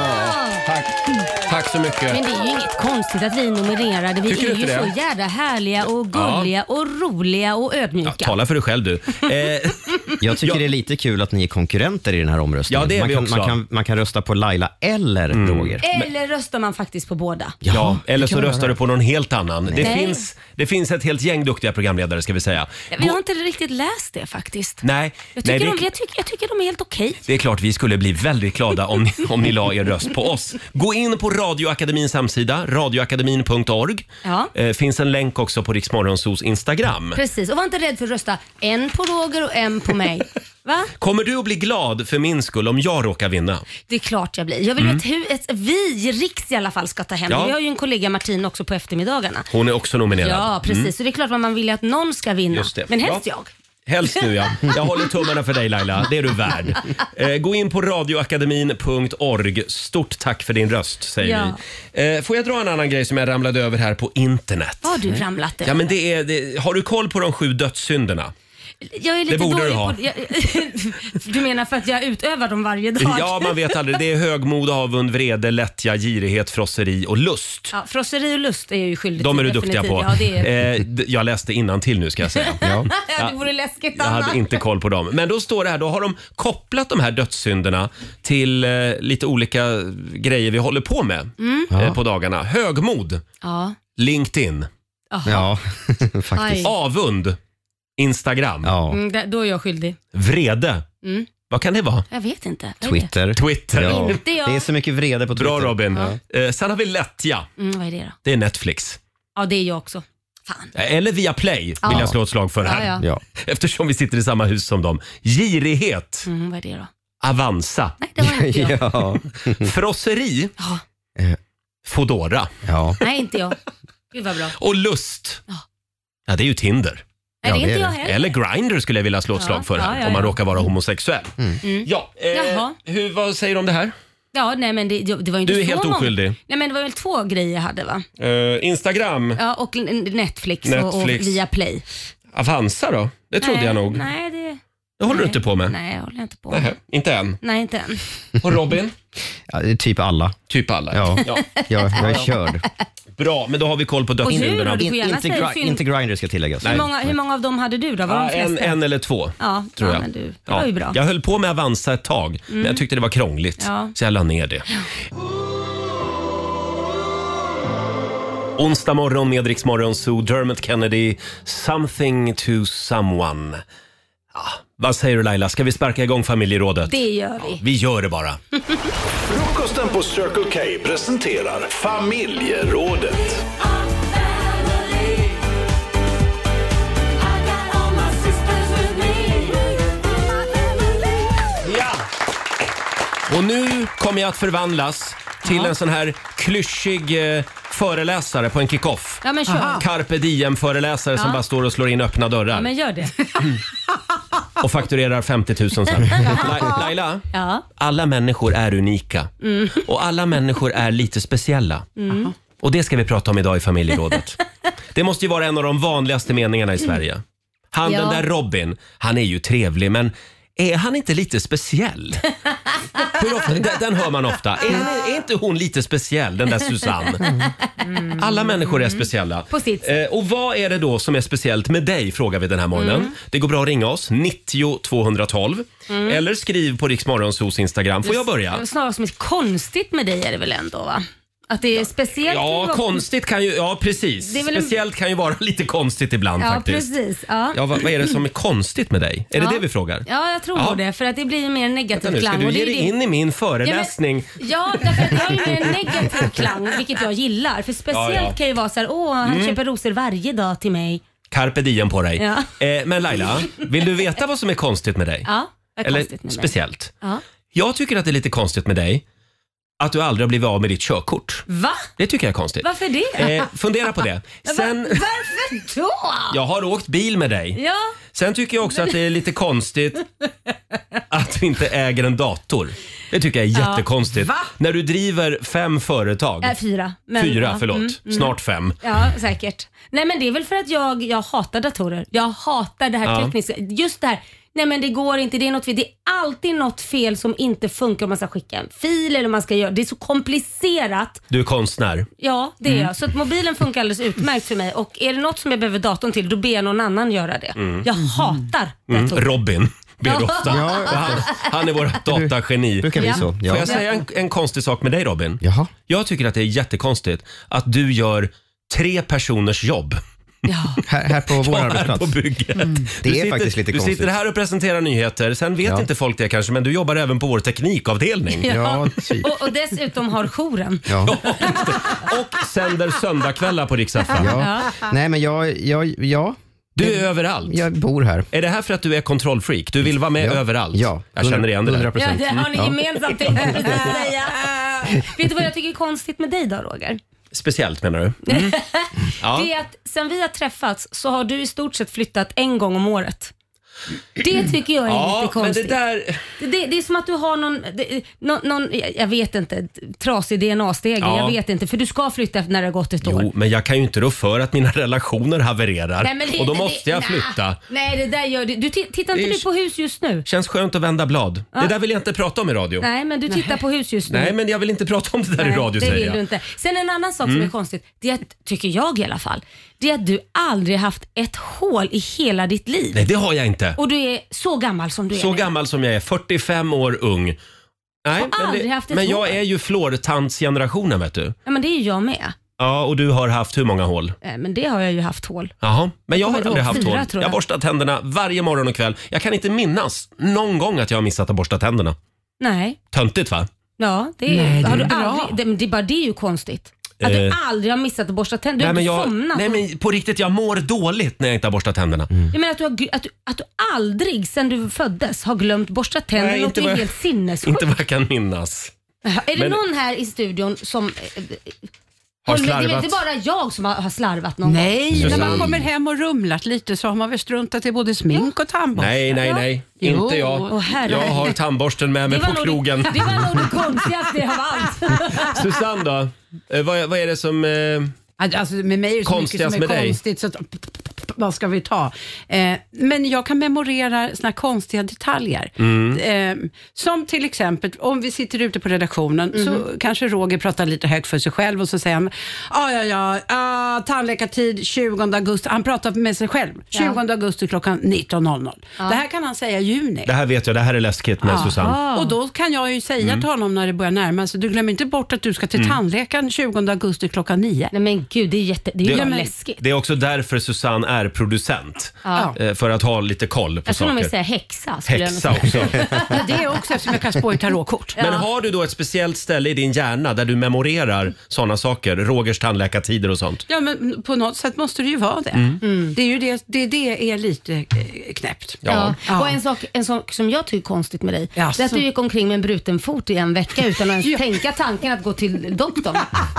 Tack så mycket. Men det är ju inget konstigt att vi är nominerade. Vi är ju så jävla härliga och gulliga och roliga och ödmjuka. Ja, tala för dig själv du. Jag tycker det är lite kul att ni är konkurrenter i den här omröstningen. Ja, det är vi också. Man kan rösta på Laila eller Roger. Eller röstar man faktiskt på båda. Ja, eller så röstar du på någon helt annan. Det finns ett helt gäng duktiga programledare, ska vi säga. Vi har inte riktigt läst det faktiskt. Nej. Jag tycker de är helt okej. Det är klart vi skulle bli väldigt glada om ni la er röst på oss. Gå in på Radioakademins hemsida, radioakademin.org. Ja. Finns en länk också på Rix Morgonzos Instagram. Precis, och var inte rädd för att rösta en på Roger och en på mig. Va? Kommer du att bli glad för min skull om jag råkar vinna? Det är klart jag blir. Jag vill att vi, Rix i alla fall, ska ta hem. Ja. Vi har ju en kollega, Martin, också på eftermiddagarna. Hon är också nominerad. Ja, precis. Så det är klart att man vill att någon ska vinna. Just det. Men helst jag. Helst du, ja. Jag håller tummarna för dig, Laila. Det är du värd. Gå in på radioakademin.org. Stort tack för din röst, säger vi. Får jag dra en annan grej som jag ramlade över här på internet? Har du ramlat över? Ja, men har du koll på de 7 dödssynderna? Jag är lite det borde du ha. Du menar för att jag utövar dem varje dag? Ja, man vet aldrig. Det är högmod, avund, vrede, lättja, girighet, frosseri och lust. Ja, frosseri och lust är jag ju skyldig de till. De är du duktiga på. Ja, det är... jag läste innantill nu, ska jag säga. Ja, det vore läskigt. Jag hade inte koll på dem. Men då står det här, då har de kopplat de här dödssynderna till lite olika grejer vi håller på med på dagarna. Högmod, LinkedIn. Ja, faktiskt. Avund, Instagram. Ja. Då är jag skyldig. Vrede. Vad kan det vara? Jag vet inte. Twitter. Ja. Det är så mycket vrede på Twitter. Bra, Robin. Sen har vi lättja. Vad är det då? Det är Netflix. Ja, det är jag också. Fan. Eller via Play vill jag slå ett slag för här. Ja. Eftersom vi sitter i samma hus som dem. Girighet. Vad är det då? Avanza. Nej, det var inte jag. Frosseri. Ja. Fodora. Ja. Nej, inte jag. Gud vad bra. Och lust. Ja, det är ju Tinder. Nej, det är inte jag heller. Eller Grindr skulle jag vilja slå ett slag för här, om man råkar vara homosexuell. Vad säger du om det här? Ja, nej men det var ju inte du är så helt oskyldig. Nej, men det var väl 2 grejer jag hade, va? Instagram. Ja, och Netflix. Och via Play. Avanza då? Det trodde jag nog. Nej, det håller du inte på med? Nej, jag håller inte på med. Nej, inte än. Nej, inte än. Och Robin? Ja, det är typ alla. Typ alla? Ja. Jag är körd. Bra, men då har vi koll på dödssynderna. Inte Grindr ska tilläggas. Hur många av dem hade du då? Var en eller 2, tror jag. Men det var ju bra. Jag höll på med Avanza ett tag, men jag tyckte det var krångligt. Så jag la ner det. Onsdag morgon med Rix Morgon, så Dermot Kennedy, Something to Someone. Vad säger du, Laila? Ska vi sparka igång familjerådet? Det gör vi. Vi gör det bara. Frukosten på Circle K presenterar familjerådet. Ja! Och nu kommer jag att förvandlas till en sån här klyschig föreläsare på en kick-off. Ja, men kör. Carpe diem-föreläsare som bara står och slår in öppna dörrar. Ja, men gör det. Och fakturerar 50 000 sen. Laila, alla människor är unika. Och alla människor är lite speciella. Och det ska vi prata om idag i familjerådet. Det måste ju vara en av de vanligaste meningarna i Sverige. Den där Robin, han är ju trevlig, men är han inte lite speciell? Hur ofta? Den hör man ofta. Är inte hon lite speciell, den där Susanne? Alla människor är speciella. Och vad är det då som är speciellt med dig, frågar vi den här morgonen. Det går bra att ringa oss, 90 212. Eller skriv på Rix Morgonzos Instagram. Får jag börja? Snarare som är konstigt med dig är det väl ändå, va? Att det är speciellt. Ja, konstigt kan ju, ja precis. Speciellt kan ju vara lite konstigt ibland faktiskt. Precis. Ja, vad är det som är konstigt med dig? Är det vi frågar? Ja, jag tror det. För att det blir mer negativ klang. Ska du ge dig in i min föreläsning? Ja, därför att jag har ju mer negativ klang, vilket jag gillar. För speciellt kan ju vara så här, han köper rosor varje dag till mig. Carpe diem på dig. Men Laila, vill du veta vad som är konstigt med dig? Ja, vad är konstigt med mig? Speciellt. Ja. Jag tycker att det är lite konstigt med dig att du aldrig har blivit av med ditt körkort. Va? Det tycker jag är konstigt. Varför det? Fundera på det. Varför då? Jag har åkt bil med dig. Ja. Sen tycker jag också att det är lite konstigt att du inte äger en dator. Det tycker jag är jättekonstigt. Va? När du driver 5 företag. 4. 4, förlåt. Snart 5. Ja, säkert. Nej, men det är väl för att jag hatar datorer. Jag hatar det här tekniska. Just det här. Nej, men det går inte, det är något fel. Det är alltid något fel som inte funkar om man ska skicka en fil eller man ska göra. Det är så komplicerat. Du är konstnär. Ja, det är jag. Så att mobilen funkar alldeles utmärkt för mig. Och är det något som jag behöver datorn till, då ber jag någon annan göra det. Jag hatar datorer. Robin ber ofta. Han är vårt datageni. Brukar bli så. Får jag säga en konstig sak med dig, Robin? Jaha. Jag tycker att det är jättekonstigt att du gör 3 personers jobb. Ja. Här på vår arbetsplats. På bygget. Det är faktiskt lite konstigt. Du sitter här och presenterar nyheter. Sen vet inte folk det kanske, men du jobbar även på vår teknikavdelning. Ja. Och dessutom har jouren. Ja. Och sänder söndagkvällar på Rix FM. Ja. Nej, men jag du är överallt. Jag bor här. Är det här för att du är kontrollfreak? Du vill vara med överallt? Ja. Jag känner igen det där. 100%. Ja, det har ni gemensamt. Vet du vad jag tycker är konstigt med dig då, Roger? Speciellt menar du? Ja. Det är att sen vi har träffats så har du i stort sett flyttat en gång om året. Det tycker jag är lite konstigt. Men det är som att du har någon jag vet inte, trasig DNA-stege. Jag vet inte, för du ska flytta när det har gått ett år. Jo, men jag kan ju inte rå för att mina relationer havererar. Och då måste jag flytta. Nej, det där gör du. Tittar inte du på hus just nu? Känns skönt att vända blad. Det där vill jag inte prata om i radio. Nej, men du tittar på hus just nu. Nej, men jag vill inte prata om det där i radio, säger jag. Det vill du inte. Sen en annan sak som är konstigt, det är att, tycker jag i alla fall, det är att du aldrig haft ett hål i hela ditt liv. Nej, det har jag inte. Och du är så gammal som du är. Så gammal som jag är, 45 år ung. Nej, men jag är ju flårtandsgenerationen, vet du. Ja, men det är ju jag med. Ja, och du har haft hur många hål? Men det har jag ju haft hål. Jaha, men jag har aldrig haft 4, hål. Jag borstar tänderna varje morgon och kväll. Jag kan inte minnas någon gång att jag har missat att borsta tänderna. Nej. Töntigt, va? Ja, det är, Nej, det har är du bra. aldrig, det är ju konstigt. Att du aldrig har missat att borsta tänderna. Nej, men på riktigt, jag mår dåligt när jag inte har borstat tänderna. Jag menar att du aldrig sen du föddes har glömt borsta tänderna. Nej, det är helt sinnessjukt. Inte vad jag kan minnas. Är det någon här i studion som har det slarvat? är inte bara jag som har slarvat någon gång. Nej, när man kommer hem och rumlat lite så har man väl struntat i både smink och tandborste. Nej. Inte jag. Jag har tandborsten med mig på krogen. Det var nog det konstigaste av allt. Susanne då? Vad är det som alltså, med mig är det så mycket som är konstigt. Så att, vad ska vi ta? Men jag kan memorera såna konstiga detaljer. Som till exempel, om vi sitter ute på redaktionen så kanske Roger pratar lite högt för sig själv och så säger han tandläkartid 20 augusti. Han pratar med sig själv. 20 augusti klockan 19.00. Det här kan han säga i juni. Det här vet jag, det här är läskigt med Susanne. Och då kan jag ju säga till honom när det börjar närma sig. Du glömmer inte bort att du ska till tandläkaren 20 augusti klockan 9. Nej men gud, det är ju läskigt. Det är också därför Susanne är producent. För att ha lite koll på saker. Jag tror de vill säga häxa. Häxa också. Det är också eftersom jag kan spå i tarotkort. Men har du då ett speciellt ställe i din hjärna där du memorerar sådana saker? Rogers tandläkartider och sånt? Ja, men på något sätt måste det ju vara det. Det är ju det är lite knäppt. Ja. Och en sak som jag tycker är konstigt med dig, det är att du gick omkring med en bruten fot i en vecka utan att ens tänka tanken att gå till doktorn.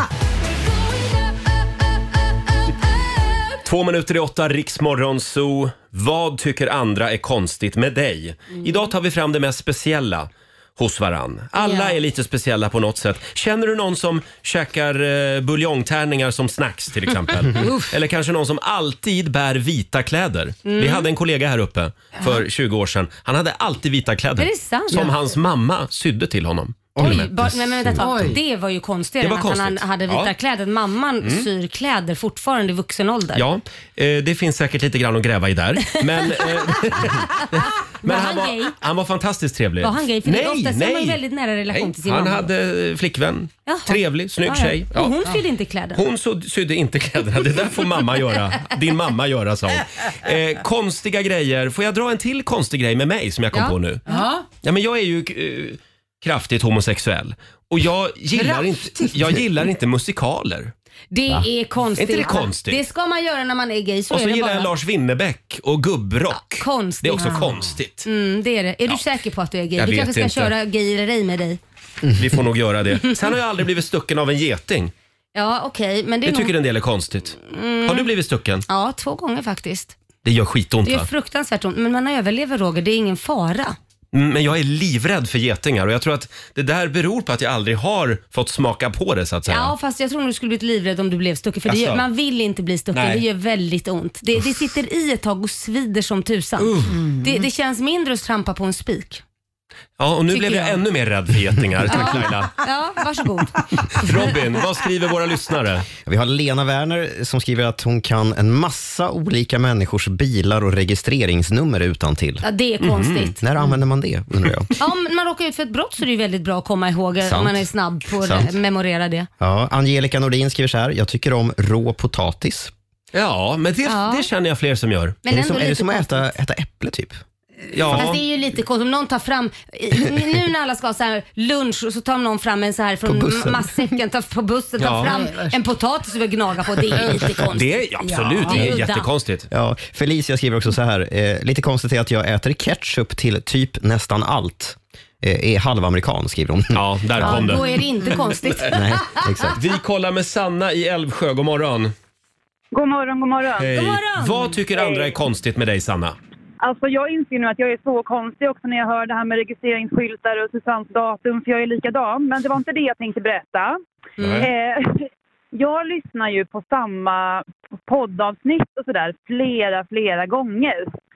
7:07, Rix Morgonzoo. Vad tycker andra är konstigt med dig? Idag tar vi fram det mest speciella. hos varann. Alla är lite speciella på något sätt. Känner du någon som käkar buljongtärningar som snacks till exempel? Eller kanske någon som alltid bär vita kläder. Vi hade en kollega här uppe för 20 år sedan. Han hade alltid vita kläder. Är det sant? Som hans mamma sydde till honom. Det var ju konstigt att han hade vita kläder. Mamman syr kläder fortfarande i vuxen ålder. Ja, det finns säkert lite grann att gräva i där. Men, men han var fantastiskt trevlig. Var han gay? För oftast är man ju väldigt nära relation till sin mamma. Han hade flickvän. Jaha. Trevlig, snygg tjej. Ja. Och hon sydde inte kläderna. Hon sydde inte kläderna. Det där får mamma göra. Din mamma göra, sa hon. Konstiga grejer. Får jag dra en till konstig grej med mig som jag kom på nu? Ja, men jag är ju kraftigt homosexuell. Och jag gillar inte musikaler. Det är konstigt. Inte det konstigt? Det ska man göra när man är gay. Och så gillar jag Lars Winnerbäck och gubbrock. Konstigt. Det är också konstigt. Det är det. Är du säker på att du är gay? Vi kanske ska köra gay eller ej med dig. Vi får nog göra det. Sen har jag aldrig blivit stucken av en geting. Ja, okej. Men det tycker en del är konstigt. Har du blivit stucken? Ja, 2 gånger faktiskt. Det gör skitont, va? Det är fruktansvärt ont. Men man överlever, Roger. Det är ingen fara. Men jag är livrädd för getingar och jag tror att det där beror på att jag aldrig har fått smaka på det, så att säga. Ja, fast jag tror du skulle bli livrädd om du blev stucken. För man vill inte bli stucken. Nej. Det gör väldigt ont. Det sitter i ett tag och svider som tusan. Det känns mindre att trampa på en spik. Ja, och nu blev jag ännu mer rädd för getingar. Tack Laila. Ja, varsågod. Robin, vad skriver våra lyssnare? Vi har Lena Werner som skriver att hon kan en massa olika människors bilar och registreringsnummer utan till. Ja, det är konstigt. När använder man det, undrar jag? Ja, om man råkar ut för ett brott så är det ju väldigt bra att komma ihåg om man är snabb på att memorera det. Ja, Angelica Nordin skriver så här: jag tycker om rå potatis. Ja, men det känner jag fler som gör. Men är det som att äta äpple typ? Ja. Fast det är ju lite konstigt om någon tar fram nu när alla ska ha så här lunch och så tar någon fram en så här från matsäcken på bussen, tar fram en potatis och vill gnaga på. Det är lite konstigt. Det är absolut det är jättekonstigt. Ja, Felicia skriver också så här: lite konstigt är att jag äter ketchup till typ nästan allt. Är halvamerikan, skriver hon. Ja, där kom det. Då är det inte konstigt. Nej, exakt. Vi kollar med Sanna i Älvsjö. God morgon. God morgon, god morgon. Hej. God morgon. Vad tycker andra är konstigt med dig, Sanna? Alltså jag inser nu att jag är så konstig också när jag hör det här med registreringsskyltar och Susannes datum, för jag är likadan. Men det var inte det jag tänkte berätta. Jag lyssnar ju på samma poddavsnitt och sådär flera gånger.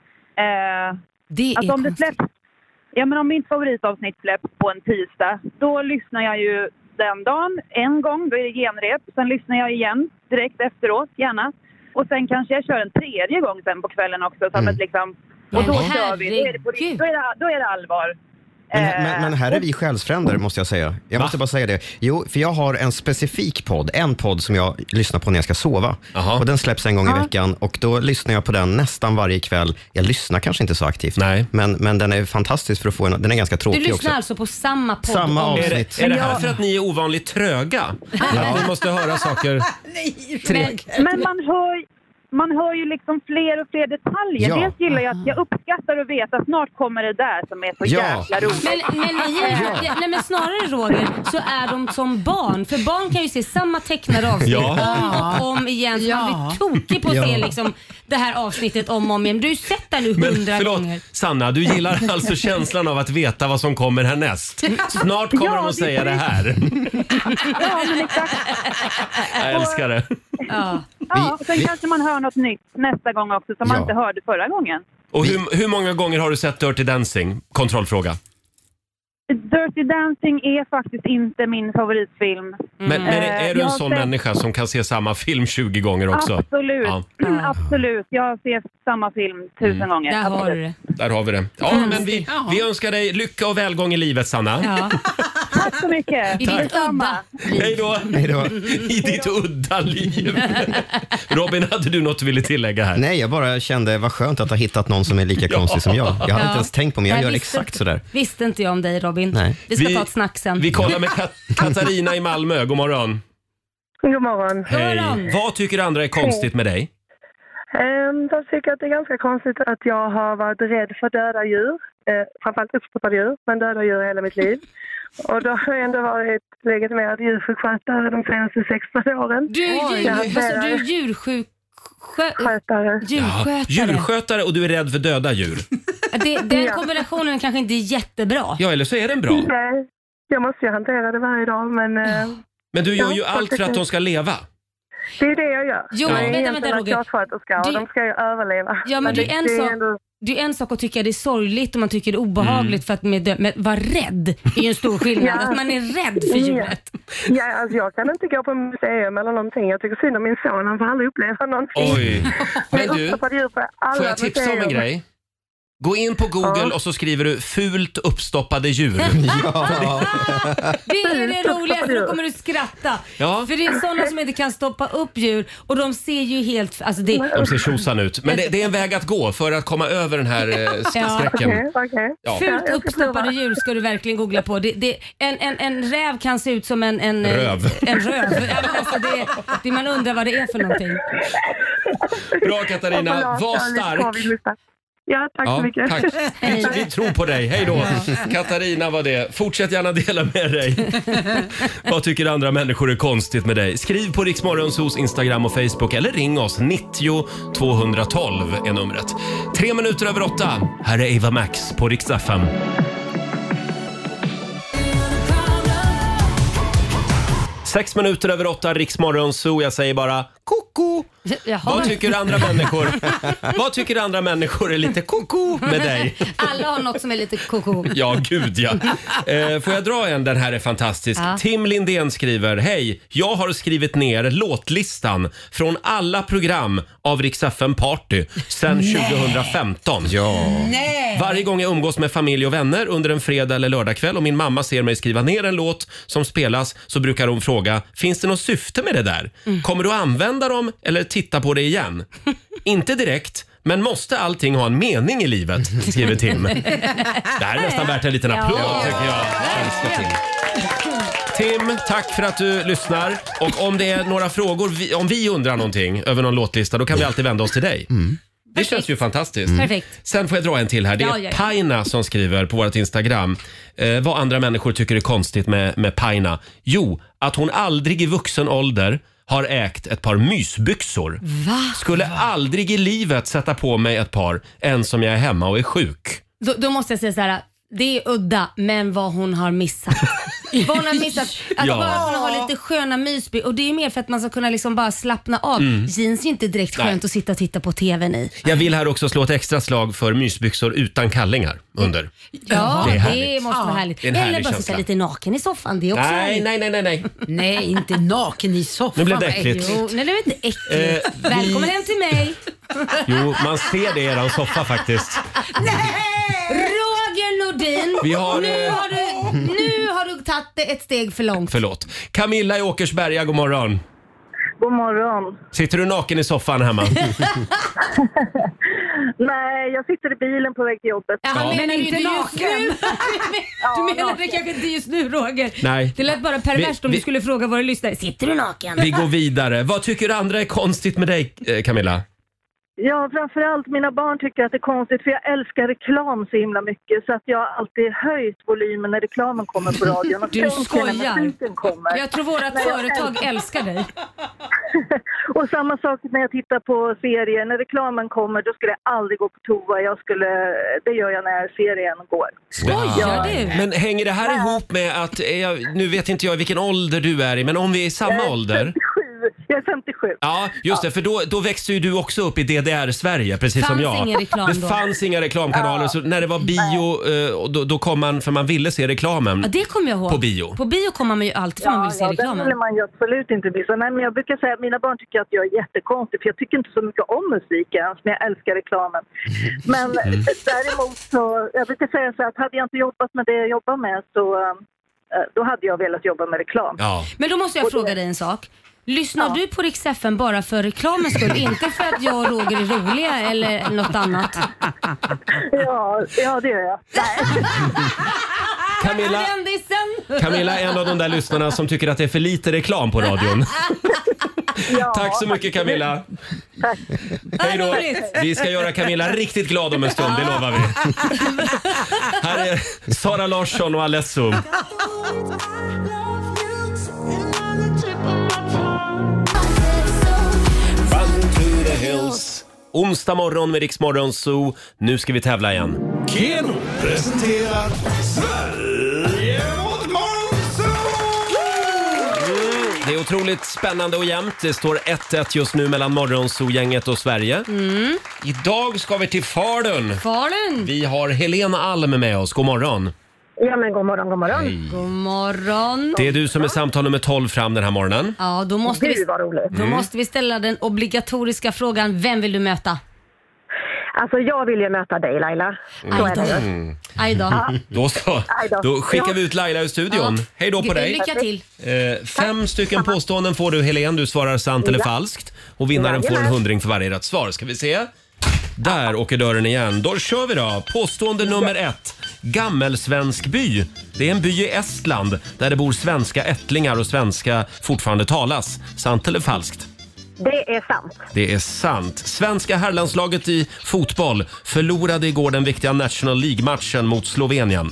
Det är alltså om det släpps, om mitt favoritavsnitt släpps på en tisdag, då lyssnar jag ju den dagen en gång, då är det genrep. Sen lyssnar jag igen direkt efteråt, gärna. Och sen kanske jag kör en 3:e gång sen på kvällen också. Så att liksom, och då kör vi. Då är det allvar. Men här är vi själsfränder, måste jag säga. Jag måste bara säga det. Jo, för jag har en specifik podd. En podd som jag lyssnar på när jag ska sova. Aha. Och den släpps en gång i veckan. Och då lyssnar jag på den nästan varje kväll. Jag lyssnar kanske inte så aktivt. Nej. Men den är fantastisk för att få den är ganska tråkig också. Du lyssnar alltså på samma podd? Samma avsnitt. Är det här för att ni är ovanligt tröga? Ja. Ni måste höra saker. Men man hör ju liksom fler och fler detaljer. Ja. Dels gillar jag att jag uppskattar att veta att snart kommer det där som är så jävla roligt. Men snarare, Roger, så är de som barn. För barn kan ju se samma tecknade avsnitt om och om igen. Så man blir tokig på att se liksom det här avsnittet om och om igen. Du har ju sett det nu 100 gånger. Sanna, du gillar alltså känslan av att veta vad som kommer härnäst. Snart kommer de att säga det här. Ja, men exakt. Jag älskar det. Ja, sen kanske man hör något nytt nästa gång också som man inte hörde förra gången. Och hur många gånger har du sett Dirty Dancing? Kontrollfråga. Dirty Dancing är faktiskt inte min favoritfilm. Men är du en sån människa som kan se samma film 20 gånger också? Absolut, absolut. Jag ser samma film 1000 gånger. Där har vi det. Ja, men vi önskar dig lycka och välgång i livet, Sanna. Ja. Tack så mycket. I ditt udda liv. Hej då. I ditt udda liv. Robin, hade du något du ville tillägga här? Nej, jag bara kände vad skönt att ha hittat någon som är lika konstig som jag. Jag hade inte ens tänkt på mig. Jag gör exakt sådär. Visste inte jag om dig, Robin. Nej. Vi ska ta ett snack sen. Vi kollar med Katarina i Malmö. God morgon. God morgon. Hej. Vad tycker andra är konstigt med dig? Jag tycker att det är ganska konstigt att jag har varit rädd för döda djur. Framförallt uppstoppade djur, men döda djur hela mitt liv. Och då har jag ändå varit legitimerad djursjukskötare de senaste 16 åren. Du är djursjukskötare. Djurskötare och du är rädd för döda djur. Den kombinationen kanske inte är jättebra. Ja, eller så är den bra. Nej, jag måste ju hantera det varje dag, Men du gör ju allt för att de ska leva. Det är det jag gör. Jo, vänta Roger. De ska ju överleva. Ja, men det är en sak att tycka det är sorgligt och man tycker det är obehagligt för att men vara rädd är ju en stor skillnad. Att man är rädd för djuret. Ja, alltså jag kan inte gå på museum eller någonting. Jag tycker synd om min son, han får aldrig uppleva någonting. Oj. Men du, får jag tipsa om en grej? Gå in på Google och så skriver du fult uppstoppade djur. Det är det roliga, för då kommer du skratta. Ja. För det är sådana som inte kan stoppa upp djur och de ser ju helt... Alltså de ser tjosan ut. Men det är en väg att gå för att komma över den här skräcken. Okay. Ja. Fult uppstoppade djur ska du verkligen googla på. En räv kan se ut som en röv. En röv. Alltså det man undrar vad det är för någonting. Bra Katarina, var stark. Ja, tack så mycket. Tack. Vi tror på dig. Hej då. Katarina var det. Fortsätt gärna dela med dig. Vad tycker andra människor är konstigt med dig? Skriv på Rix Morgonzos Instagram och Facebook eller ring oss. 90 212 är numret. 3 minuter över 8. Här är Ava Max på Rix FM. 6 minuter över 8, Rix Morgonzoo. Jag säger bara koko. Vad tycker andra människor är lite koko med dig? Alla har något som är lite koko. Ja, gud ja. Får jag dra en? Den här är fantastisk. Ja. Tim Lindén skriver: hej, jag har skrivit ner låtlistan från alla program av Rix FM Party sedan 2015. Ja. Nej. Varje gång jag umgås med familj och vänner under en fredag eller lördagkväll och min mamma ser mig skriva ner en låt som spelas, så brukar hon fråga: finns det något syfte med det där? Kommer du att använda dem eller titta på det igen? Inte direkt, men måste allting ha en mening i livet, skriver Tim. Det här är nästan värt en liten applåd, tycker jag. Tim, tack för att du lyssnar. Och om det är några frågor, om vi undrar någonting över någon låtlista, då kan vi alltid vända oss till dig. Det känns ju fantastiskt. Perfekt. Sen får jag dra en till här. Det är Paina som skriver på vårt Instagram. Vad andra människor tycker är konstigt med Paina. Jo, att hon aldrig i vuxen ålder har ägt ett par mysbyxor. Va? Skulle aldrig i livet sätta på mig ett par, än som jag är hemma och är sjuk. Då måste jag säga så här: det är udda, men vad hon har missat. Vad hon har missat. Att bara kunna ha lite sköna mysbyxor. Och det är mer för att man ska kunna liksom bara slappna av. Jeans är ju inte direkt skönt att sitta och titta på tvn i. Jag vill här också slå ett extra slag för mysbyxor utan kallingar under. Ja, det måste vara härligt. Eller bara sitta lite naken i soffan. Det är också Nej. Nej, inte naken i soffan. Nu blev det äckligt. Jo, nej, det är inte äckligt. Välkommen hem till mig. Jo, man ser det i eran soffa faktiskt. Nej! Roger Nordin, nu har du tagit det ett steg för långt. Förlåt. Camilla i Åkersberga, god morgon. God morgon. Sitter du naken i soffan hemma? Nej, jag sitter i bilen på väg till jobbet. Ja, men inte naken. Du menar det kanske inte just nu, Roger? Nej. Det lät bara perverst om du skulle fråga vad du lyssnar. Sitter du naken? Vi går vidare. Vad tycker andra är konstigt med dig, Camilla? Ja, framförallt mina barn tycker att det är konstigt, för jag älskar reklam så himla mycket, så att jag har alltid höjt volymen när reklamen kommer på radion. Och du skojar. Jag tror vårat företag älskar dig. Och samma sak när jag tittar på serier. När reklamen kommer, då skulle jag aldrig gå på toa. Det gör jag när serien går. Skojar du? Men hänger det här ihop med att, nu vet inte jag vilken ålder du är i, men om vi är i samma ålder? Jag är 57. Ja, just det, för då växte ju du också upp i DDR-Sverige, precis som jag. Ingen reklam det fanns inga reklamkanaler, så när det var bio, då kom man, för man ville se reklamen. Ja, det kommer jag ihåg. På bio. På bio kommer man ju alltid för man vill se reklamen. Ja, det vill man ju absolut inte missa. Nej, men jag brukar säga att mina barn tycker att jag är jättekonstig, för jag tycker inte så mycket om musik ens, men jag älskar reklamen. Men däremot så, jag brukar säga så att hade jag inte jobbat med det jag jobbar med, så då hade jag velat jobba med reklam. Ja. Men då måste jag fråga dig en sak. Lyssnar du på Rix FM bara för reklamens skull? Inte för att jag och Roger är roliga eller något annat? Ja, det gör jag. Camilla är en av de där lyssnarna som tycker att det är för lite reklam på radion. Tack så mycket, Camilla. Tack. Hej då. Vi ska göra Camilla riktigt glad om en stund, det lovar vi. Här är Sara Larsson och Alesso. Onsdag morgon med Rix Morgon Zoo. Nu ska vi tävla igen. Keno presenterar Sverige mot Morgonzoo! Det är otroligt spännande och jämnt. Det står 1-1 just nu mellan Morgonzoo-gänget och Sverige. Idag ska vi till Falun. Vi har Helena Alm med oss. God morgon. Ja, men god morgon, god morgon. Hej. God morgon. Det är du som är samtal nummer 12 fram den här morgonen. Ja, då måste Gud, vad roligt. Då måste vi ställa den obligatoriska frågan. Vem vill du möta? Alltså, jag vill ju möta dig, Laila. Så är det ju. Aj då. Då så. Då skickar vi ut Laila ur studion. Hej då på dig. Lycka till. 5 stycken påståenden får du, Helene. Du svarar sant eller falskt. Och vinnaren får en 100 för varje rätt svar. Ska vi se. Där åker dörren igen. Då kör vi då. Påstående nummer 1. Gammelsvensk by. Det är en by i Estland där det bor svenska ättlingar och svenska fortfarande talas. Sant eller falskt? Det är sant. Det är sant. Svenska herrlandslaget i fotboll förlorade igår den viktiga National League-matchen mot Slovenien.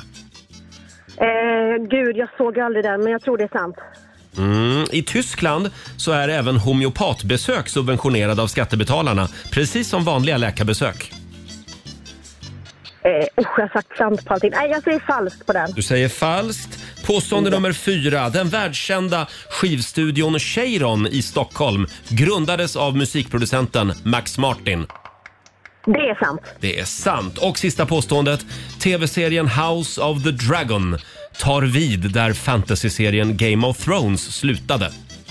Gud, jag såg aldrig den, men jag tror det är sant. I Tyskland så är även homeopatbesök subventionerade av skattebetalarna, precis som vanliga läkarbesök. Jag har sagt sant på allting. Nej, jag säger falskt på den. Du säger falskt. Påstående nummer 4. Den världskända skivstudion Cheiron i Stockholm grundades av musikproducenten Max Martin. Det är sant. Det är sant. Och sista påståendet. TV-serien House of the Dragon tar vid där fantasyserien Game of Thrones slutade.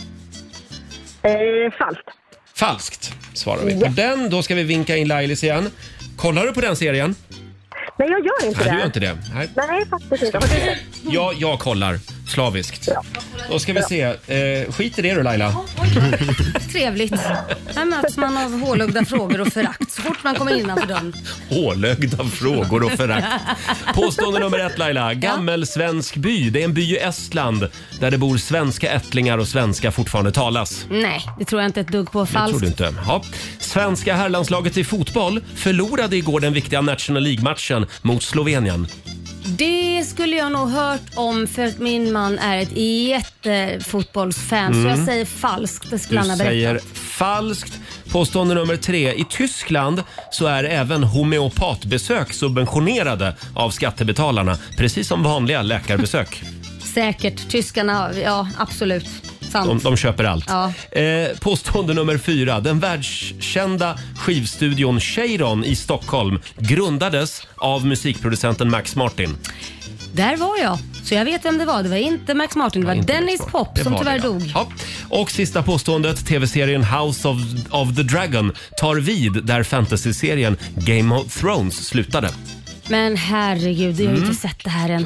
Falskt. Falskt svarar vi på den. Då ska vi vinka in Lailis igen. Kollar du på den serien? Nej, jag gör inte det. Nej, du gör inte det. Nej, faktiskt inte. Ja, jag kollar slaviskt. Då ska vi se. Skit i det du, Laila. Trevligt. Här möts man av hålögda frågor och förakt så fort man kommer innanför dörren. Hålögda frågor och förakt. Påstående nummer 1, Laila. Gammelsvensk by. Det är en by i Estland där det bor svenska ättlingar och svenska fortfarande talas. Nej, det tror jag inte ett dugg på. Falskt. Det tror du inte. Ja. Svenska herrlandslaget i fotboll förlorade igår den viktiga National League-matchen mot Slovenien. Det skulle jag nog hört om för att min man är ett jättefotbollsfan. Så jag säger falskt. Det skulle han ha berättat. Du säger falskt. Påstående nummer 3. I Tyskland så är även homeopatbesök subventionerade av skattebetalarna. Precis som vanliga läkarbesök. Säkert. Tyskarna, ja absolut. De köper allt. Ja. Påstående nummer 4. Den världskända skivstudion Cheiron i Stockholm grundades av musikproducenten Max Martin. Där var jag. Så jag vet vem det var. Det var inte Max Martin. Det var Dennis Pop som tyvärr dog. Ja. Och sista påståendet. TV-serien House of the Dragon tar vid där fantasyserien Game of Thrones slutade. Men herregud, jag har inte sett det här än.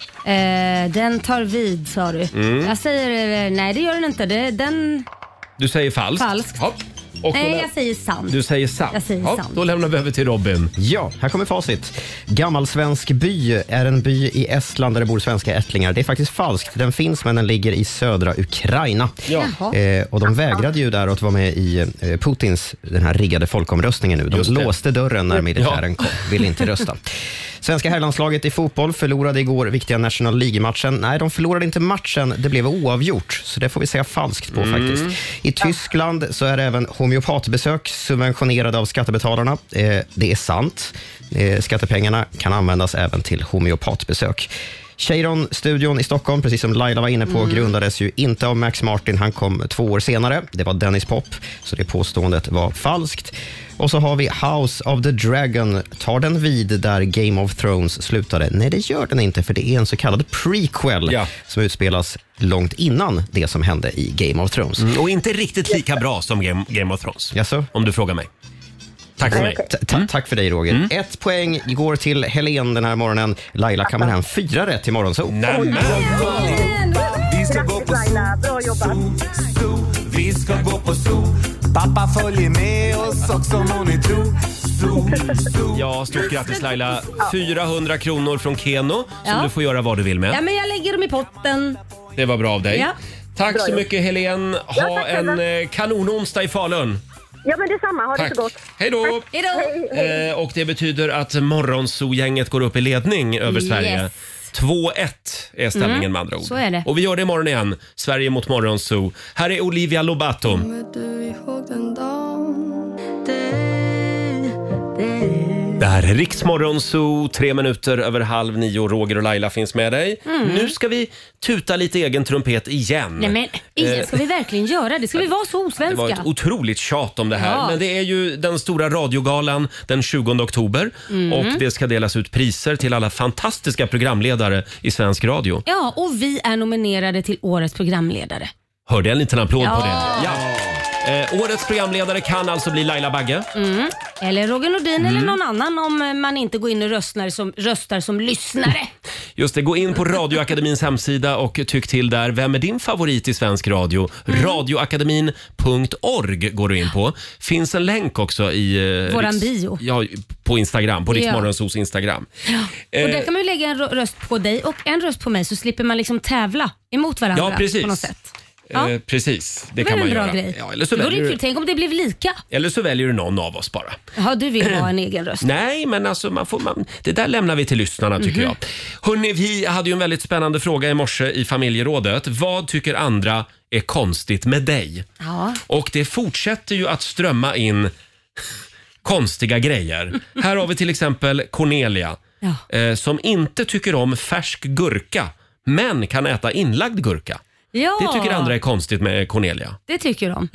Den tar vid, sa du. Jag säger, nej det gör den inte. Den... Du säger falskt. Falskt. Ja. Och nej, jag säger sant. Du säger sant. Jag säger sant. Då lämnar vi över till Robin. Ja, här kommer facit. Gammelsvensk by är en by i Estland där det bor svenska ättlingar. Det är faktiskt falskt. Den finns, men den ligger i södra Ukraina. Ja. Och de vägrade ju där att vara med i Putins den här riggade folkomröstningen nu. De låste dörren när militären kom. Ville inte rösta. Svenska herrlandslaget i fotboll förlorade igår viktiga National League-matchen. Nej, de förlorade inte matchen. Det blev oavgjort. Så det får vi säga falskt på faktiskt. I Tyskland så är även homeopatbesök subventionerade av skattebetalarna. Det är sant. Skattepengarna kan användas även till homeopatbesök. Cheiron-studion i Stockholm, precis som Laila var inne på, grundades ju inte av Max Martin. Han kom 2 år senare. Det var Dennis Pop, så det påståendet var falskt. Och så har vi House of the Dragon. Tar den vid där Game of Thrones slutade? Nej, det gör den inte, för det är en så kallad prequel som utspelas långt innan det som hände i Game of Thrones. Och inte riktigt lika bra som Game of Thrones, om du frågar mig. Tack för mig. Tack för dig, Roger. 1 poäng går till Helene den här morgonen. Laila kammar hem 4 rätt till Morgonzoo. Vi ska gå på zoo. Vi ska gå på zoo. Pappa följer med oss också, må ni tro. Ja, stort grattis Laila. 400 kronor från Keno som du får göra vad du vill med. Ja, men jag lägger dem i potten. Det var bra av dig. Ja. Tack så mycket, Helene. Ha en kanononsdag i Falun. Ja, men detsamma. Ha det så gott. Hej då! Och det betyder att Morgonzoo-gänget går upp i ledning över Sverige. 2-1 är ställningen med andra ord. Så är det. Och vi gör det imorgon igen. Sverige mot Morgonzoo. Här är Olivia Lobato. Kommer du ihåg den dagen? här är Riksmorgon Zoo, 3 minuter över 8:30. Roger och Laila finns med dig. Nu ska vi tuta lite egen trumpet igen. Nej men, igen ska vi verkligen göra det? Ska vi vara så osvenska? Det var ett otroligt tjat om det här. Men det är ju den stora radiogalan den 20 oktober. Och det ska delas ut priser till alla fantastiska programledare i svensk radio. Ja, och vi är nominerade till årets programledare. Hörde en liten applåd på det? Ja. Årets programledare kan alltså bli Laila Bagge. Eller Roger Nordin eller någon annan om man inte går in och röstar som lyssnare. Just det, gå in på Radioakademins hemsida och tyck till där. Vem är din favorit i svensk radio? Radioakademin.org går du in på. Finns en länk också i våran bio. Ja, på Instagram, på Riksmorgonsos Instagram. Ja. Och där kan man ju lägga en röst på dig och en röst på mig, så slipper man liksom tävla emot varandra på något sätt. Ja. Precis, det kan man göra. Det var en bra grej. Ja, eller så väljer du... Tänk om det blev lika. Eller så väljer du någon av oss bara. Ja, du vill ha en egen röst. Nej, men alltså det där lämnar vi till lyssnarna tycker jag. Hörrni, vi hade ju en väldigt spännande fråga i morse i familjerådet. Vad tycker andra är konstigt med dig? Ja. Och det fortsätter ju att strömma in konstiga grejer. Här har vi till exempel Cornelia som inte tycker om färsk gurka men kan äta inlagd gurka. Ja. Det tycker andra är konstigt med Cornelia. Det tycker de.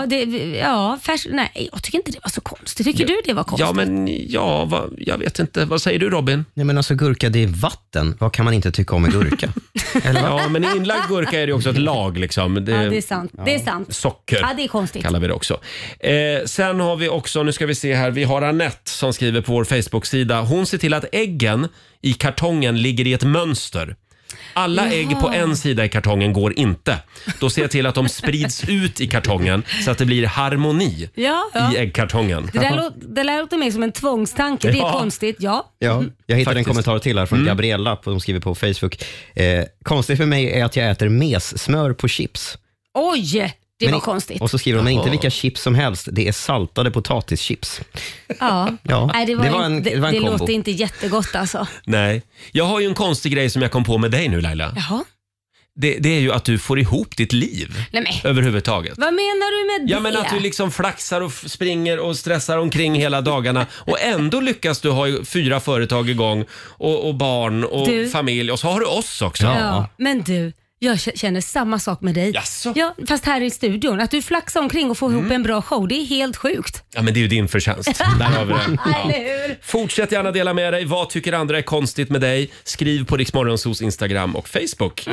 Nej, jag tycker inte det var så konstigt. Tycker du det var konstigt? Ja, men jag vet inte. Vad säger du, Robin? Nej, men alltså gurka, det är vatten. Vad kan man inte tycka om med gurka? Eller? Ja, men inlagd gurka är det också ett lag liksom. Ja, det är sant. Det är sant. Socker. Ja, det är konstigt. Kallar vi det också. Sen har vi också, nu ska vi se här, vi har Annette som skriver på vår Facebook-sida. Hon ser till att äggen i kartongen ligger i ett mönster. Alla ägg på en sida i kartongen går inte. Då ser jag till att de sprids ut i kartongen så att det blir harmoni i äggkartongen. Det där låter mer som en tvångstanke. Det är konstigt, Ja, jag hittade en kommentar till här från Gabriella. De skriver på Facebook. Konstigt för mig är att jag äter messmör på chips. Oj! Det var konstigt. Och så skriver de inte vilka chips som helst. Det är saltade potatischips. Nej, det låter inte jättegott alltså. Nej. Jag har ju en konstig grej som jag kom på med dig nu, Laila. Jaha. Det är ju att du får ihop ditt liv. Överhuvudtaget. Vad menar du med det? Ja, men att du liksom flaxar och springer och stressar omkring hela dagarna och ändå lyckas du ha 4 företag igång och barn och familj och så har du oss också. Ja, men du, jag känner samma sak med dig. Jaså? Ja, fast här i studion. Att du flaxar omkring och får ihop en bra show, det är helt sjukt. Ja, men det är ju din förtjänst. Där har vi det. Ja. Fortsätt gärna dela med dig. Vad tycker andra är konstigt med dig? Skriv på Riksmorgonsos Instagram och Facebook.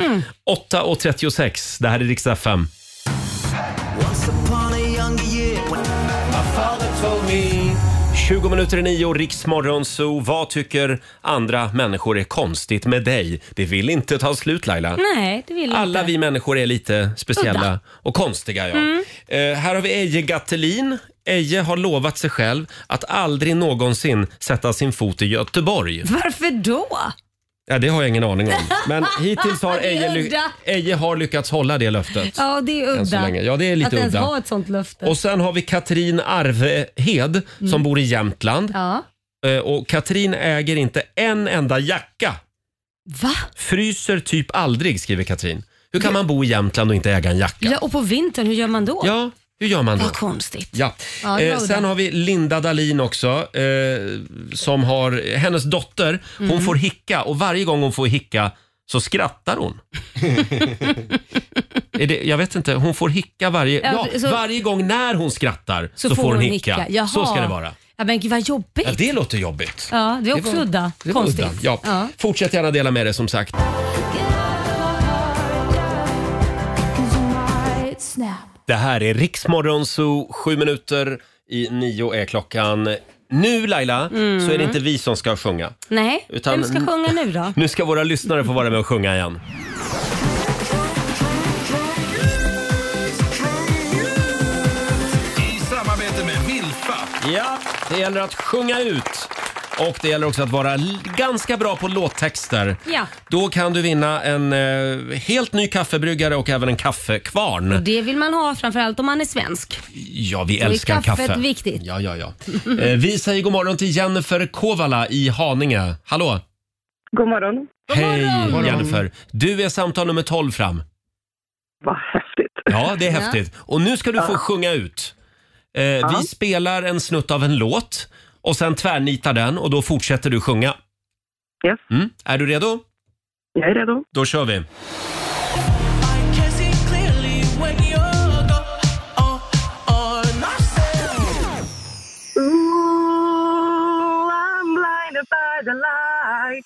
8:36. Det här är Rix FM. Once upon a younger year when my father told me 20 minuter i 9, Riksmorgonso. Vad tycker andra människor är konstigt med dig? Det vill inte ta slut, Laila. Nej, det vill inte. Alla vi människor är lite speciella och konstiga. Här har vi Eje Gattelin. Eje har lovat sig själv att aldrig någonsin sätta sin fot i Göteborg. Varför då? Ja, det har jag ingen aning om. Men hittills har Eje har lyckats hålla det löftet. Ja, det är udda. Ja, det är lite udda. Att ens ha ett sånt löfte. Och sen har vi Katrin Arvehed som bor i Jämtland. Ja. Och Katrin äger inte en enda jacka. Va? Fryser typ aldrig, skriver Katrin. Hur kan man bo i Jämtland och inte äga en jacka? Ja, och på vintern, hur gör man då? Ja, hur gör man då? Vad konstigt. Ja. Sen har vi Linda Dahlin också som har, hennes dotter, hon får hicka och varje gång hon får hicka så skrattar hon. Jag vet inte, hon får hicka varje gång när hon skrattar så får hon hicka. Så ska det vara. Ja, men gud vad jobbigt. Ja, det låter jobbigt. Ja, det är också udda. Konstigt. Udda. Ja. Fortsätt gärna dela med dig som sagt. Det här är Riksmorgonso, 7 minuter i 9 är klockan. Nu Laila, så är det inte vi som ska sjunga. Nej, vem ska sjunga nu då? Nu ska våra lyssnare få vara med och sjunga igen. I samarbete med Vilfa. Ja, det gäller att sjunga ut. Och det gäller också att vara ganska bra på låttexter. Ja. Då kan du vinna en helt ny kaffebryggare och även en kaffekvarn. Och det vill man ha framförallt om man är svensk. Ja, vi älskar kaffe. Är kaffet viktigt? Ja. Vi säger god morgon till Jennifer Kovala i Haninge. Hallå? God morgon. Hej Jennifer. Du är samtal nummer 12 fram. Vad häftigt. Ja, det är häftigt. Och nu ska du få sjunga ut. Vi spelar en snutt av en låt. Och sen tvärnitar den och då fortsätter du sjunga. Yes. Är du redo? Jag är redo. Då kör vi. I'm blinded by the light.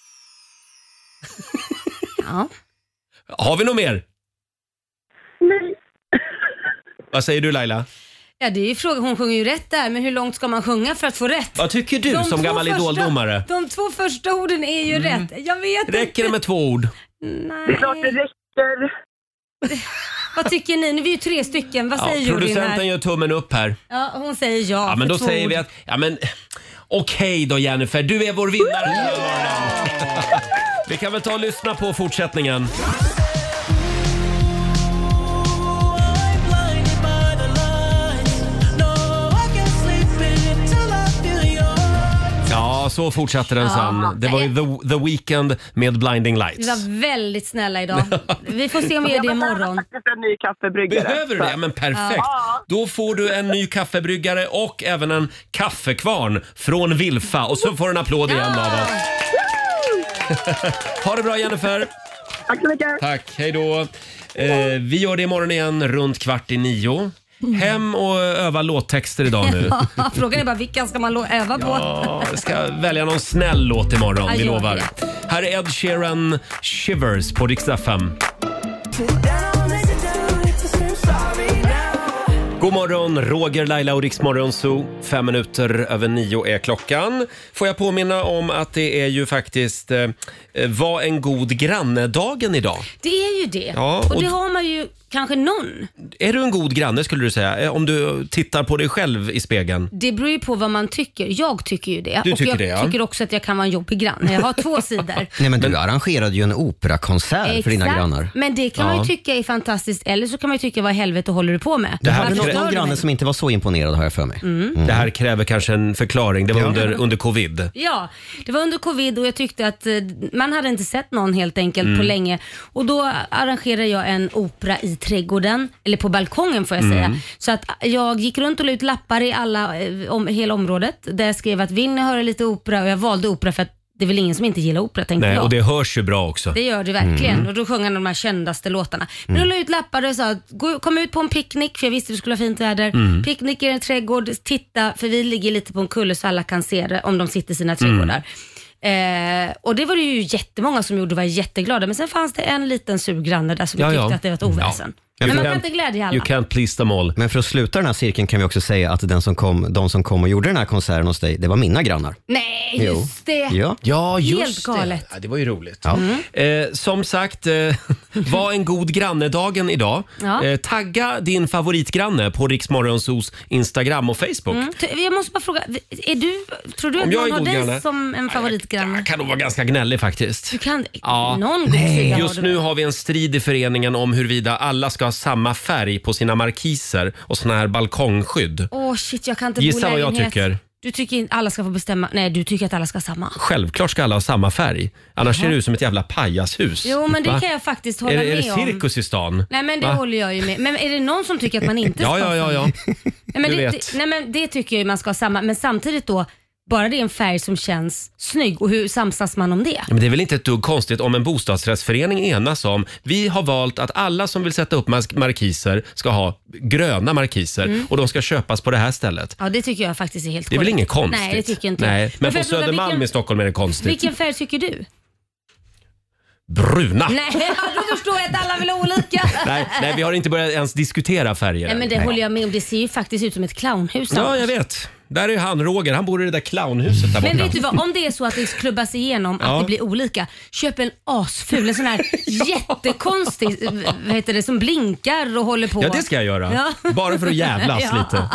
Ja. Har vi något mer? Nej. Vad säger du, Laila? Ja, det är ju frågan. Hon sjunger ju rätt där, men hur långt ska man sjunga för att få rätt? Vad tycker du som gammal idoldomare? De 2 första orden är ju rätt. Jag vet Räcker inte. det med 2 ord? Nej. Det är klart det räcker. Vad tycker ni? Nu är vi ju 3 stycken. Vad säger Juryn här? Producenten gör tummen upp här. Ja, hon säger ja. Ja, men då säger ord. vi att... Ja, men... Okej då, Jennifer. Du är vår vinnare. Vi kan väl ta och lyssna på fortsättningen. Ja, så fortsatte den sen. Det var ju The Weeknd med Blinding Lights. Vi var väldigt snälla idag. Vi får se om vi gör det imorgon. Jag faktiskt en ny kaffebryggare. Behöver du det? Men perfekt. Då får du en ny kaffebryggare och även en kaffekvarn från Wilfa. Och så får du en applåd igen av oss. Ha det bra, Jennifer. Tack så mycket. Tack, hej då. Vi gör det imorgon igen runt 8:45. Hem och öva låttexter idag nu. Ja, frågan är bara vilka ska man öva på? Ja, jag ska välja någon snäll låt imorgon, vi lovar. Här är Ed Sheeran, Shivers på Rix FM. God morgon, Roger, Laila och Rix Morgon Zoo. 5:05 är klockan. Får jag påminna om att det är ju faktiskt var en god granne-dagen idag. Det är ju det. Ja, och det har man ju kanske någon. Är du en god granne skulle du säga? Om du tittar på dig själv i spegeln. Det beror ju på vad man tycker. Jag tycker ju det. Du och tycker jag det, ja. tycker också att jag kan vara en jobbig granne. Jag har 2 sidor. Nej, men du arrangerade ju en operakonsert för dina grannar. Men det kan man ju tycka är fantastiskt. Eller så kan man ju tycka, vad i helvete håller du på med? Det här var någon granne som inte var så imponerad, har jag för mig. Det här kräver kanske en förklaring. Det var under covid. Ja, det var under covid och jag tyckte att man hade inte sett någon helt enkelt på länge. Och då arrangerade jag en opera i trädgården, eller på balkongen får jag säga. Så att jag gick runt och la ut lappar i hela området där jag skrev att vill ni höra lite opera, och jag valde opera för att det är väl ingen som inte gillar opera, tänkte jag. Och det hörs ju bra också. Det gör det verkligen. Och då sjöng han de här kändaste låtarna. Men då la ut lappar och sa, kom ut på en picknick, för jag visste det skulle vara fint väder. Picknick i en trädgård, titta, för vi ligger lite på en kulle så alla kan se det om de sitter i sina trädgårdar. Och det var det ju jättemånga som gjorde, var jätteglada. Men sen fanns det en liten surgranne där som tyckte att det var ett oväsen. Men man kan inte glädja alla. You can't please them all. Men för att sluta den här cirkeln kan vi också säga att de som kom och gjorde den här konserten hos dig, det var mina grannar. Nej, just det. Ja, just helt galet. det. Ja, det var ju roligt. Som sagt, var en god granne-dagen idag. Tagga din favoritgranne på Rix Morgonzoos Instagram och Facebook. Jag måste bara fråga, tror du att någon har dig som en favoritgranne? Jag kan nog vara ganska gnällig faktiskt. Du kan någon gång. Just nu har vi en strid i föreningen om huruvida alla ska ha samma färg på sina markiser och såna här balkongskydd. Shit, jag kan inte Gissa vad jag tycker. Du tycker inte alla ska få bestämma? Nej, du tycker att alla ska ha samma. Självklart ska alla ha samma färg. Annars ser det ut som ett jävla pajashus. Jo, men det kan jag faktiskt hålla med om. Är det cirkus i stan? Nej, men det håller jag ju med. Men är det någon som tycker att man inte ska ha samma? Ja. Nej, men det tycker jag ju man ska ha samma. Men samtidigt då, bara det är en färg som känns snygg, och hur samsas man om det? Men det är väl inte ett dugg konstigt om en bostadsrättsförening enas om, vi har valt att alla som vill sätta upp markiser ska ha gröna markiser och de ska köpas på det här stället. Ja, det tycker jag faktiskt är helt Det är väl inget konstigt? Nej, det tycker inte jag. jag. Men på Södermalm i Stockholm är det konstigt. Vilken färg tycker du? Bruna. Nej, då förstår jag att alla vill ha olika. nej, vi har inte börjat ens diskutera färger. Nej, men det håller jag med om. Det ser ju faktiskt ut som ett clownhus. Ja, jag vet. Där är han, Roger. Han bor i det där clownhuset där borta. Men vet du vad? Om det är så att det klubbas igenom att det blir olika, köp en asful, en sån här jättekonstig, vad heter det, som blinkar och håller på. Ja, det ska jag göra. Ja. Bara för att jävlas lite.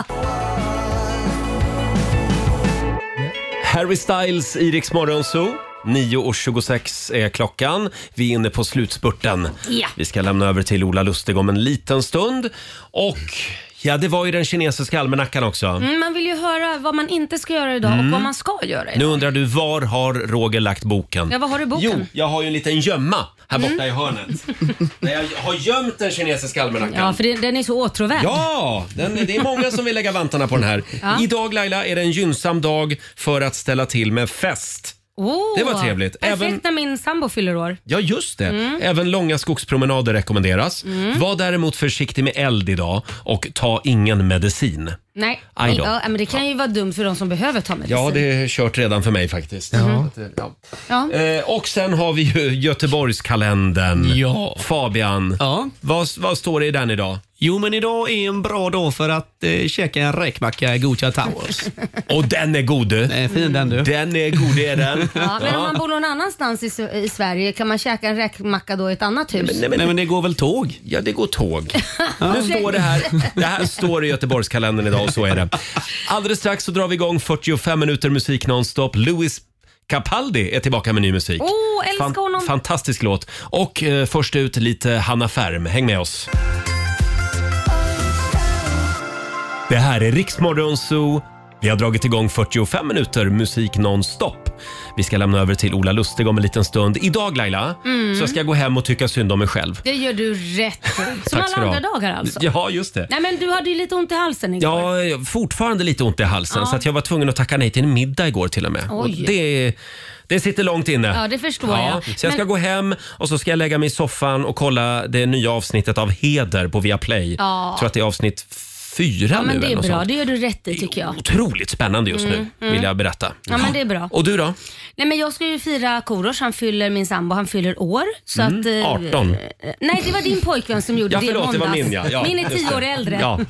Harry Styles i Rix Morgon Zoo. 9:26 är klockan. Vi är inne på slutspurten. Ja. Vi ska lämna över till Ola Lustig om en liten stund. Och Ja, det var ju den kinesiska almanackan också. Man vill ju höra vad man inte ska göra idag och vad man ska göra idag. Nu undrar du, var har Roger lagt boken? Ja, var har du boken? Jo, jag har ju en liten gömma här borta i hörnet. Där jag har gömt den kinesiska almanackan. Ja, för den är så åtråvärd. Ja, det är många som vill lägga vantarna på den här. Ja. Idag, Laila, är det en gynnsam dag för att ställa till med fest. Det var trevligt. Perfekt när min sambo fyller år. Ja, just det. Även långa skogspromenader rekommenderas. Var däremot försiktig med eld idag och ta ingen medicin. Nej, men det kan ju vara dumt för de som behöver ta medicin. Ja, det är kört redan för mig faktiskt. Ja. Och sen har vi ju Göteborgskalendern. Ja. Fabian, vad står det i den idag? Jo, men idag är en bra dag för att käka en räkmacka i Gothia Towers. Och den är god. Den är fin den du. Den är god, är den. Ja, men om man bor någon annanstans i Sverige, kan man käka en räkmacka då i ett annat hus? Nej, men det går väl tåg? Ja, det går tåg. Nu står det här. Det här står i Göteborgskalendern idag och så är det. Alldeles strax så drar vi igång 45 minuter musik nonstop. Louis Capaldi är tillbaka med ny musik. Älskar honom. Fantastisk låt. Och först ut lite Hanna Färm. Häng med oss. Det här är Riksmorgon Zoo. Vi har dragit igång 45 minuter musik nonstop. Vi ska lämna över till Ola Lustig om en liten stund. Idag, Laila, så ska jag gå hem och tycka synd om mig själv. Det gör du rätt för. Som alla andra dagar alltså. Ja, just det. Nej, men du hade ju lite ont i halsen igår. Ja, jag har fortfarande lite ont i halsen. Så att jag var tvungen att tacka nej till en middag igår till och med. Och det sitter långt inne. Ja, det förstår jag. Så jag ska gå hem och så ska jag lägga mig i soffan och kolla det nya avsnittet av Heder på Viaplay. Jag tror att det är avsnitt 4 men nu. det är bra, sånt. det gör du rätt i tycker jag. Otroligt spännande just nu, vill jag berätta. Ja, men det är bra. Och du då? Nej, men jag ska ju fira Korosh, min sambo, han fyller år. Så att, 18. Nej, det var din pojkvän som gjorde det i måndags. Det var min, ja. Min är 10 år äldre. Ja.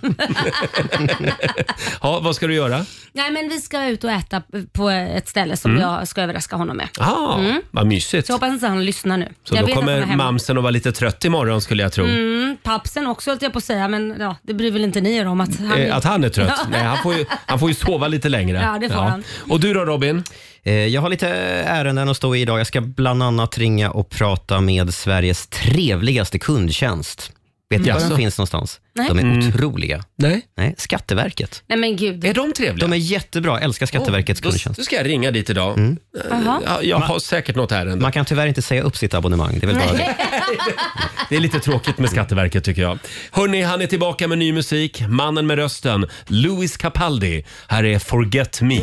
Ja, vad ska du göra? Nej, men vi ska ut och äta på ett ställe som jag ska överraska honom med. Vad mysigt. Så hoppas att han lyssnar nu. Så då kommer mamsen att vara lite trött imorgon skulle jag tro. Pappsen också höll jag på att säga, men ja, det bryr väl inte ni er om att han är trött. Nej, han får ju sova lite längre. Ja, det får han. Och du då, Robin? Jag har lite ärenden att stå i idag. Jag ska bland annat ringa och prata med Sveriges trevligaste kundtjänst. Vet du var de finns någonstans? Nej. De är otroliga. Nej, Skatteverket. Nej, men gud. Är de trevliga? De är jättebra. Älskar Skatteverkets kundtjänst. Då ska jag ringa dit idag. Jag har säkert något ärende. Man kan tyvärr inte säga upp sitt abonnemang. Det är väl bara det. Det är lite tråkigt med Skatteverket tycker jag. Hörrni, han är tillbaka med ny musik. Mannen med rösten, Louis Capaldi. Här är Forget Me.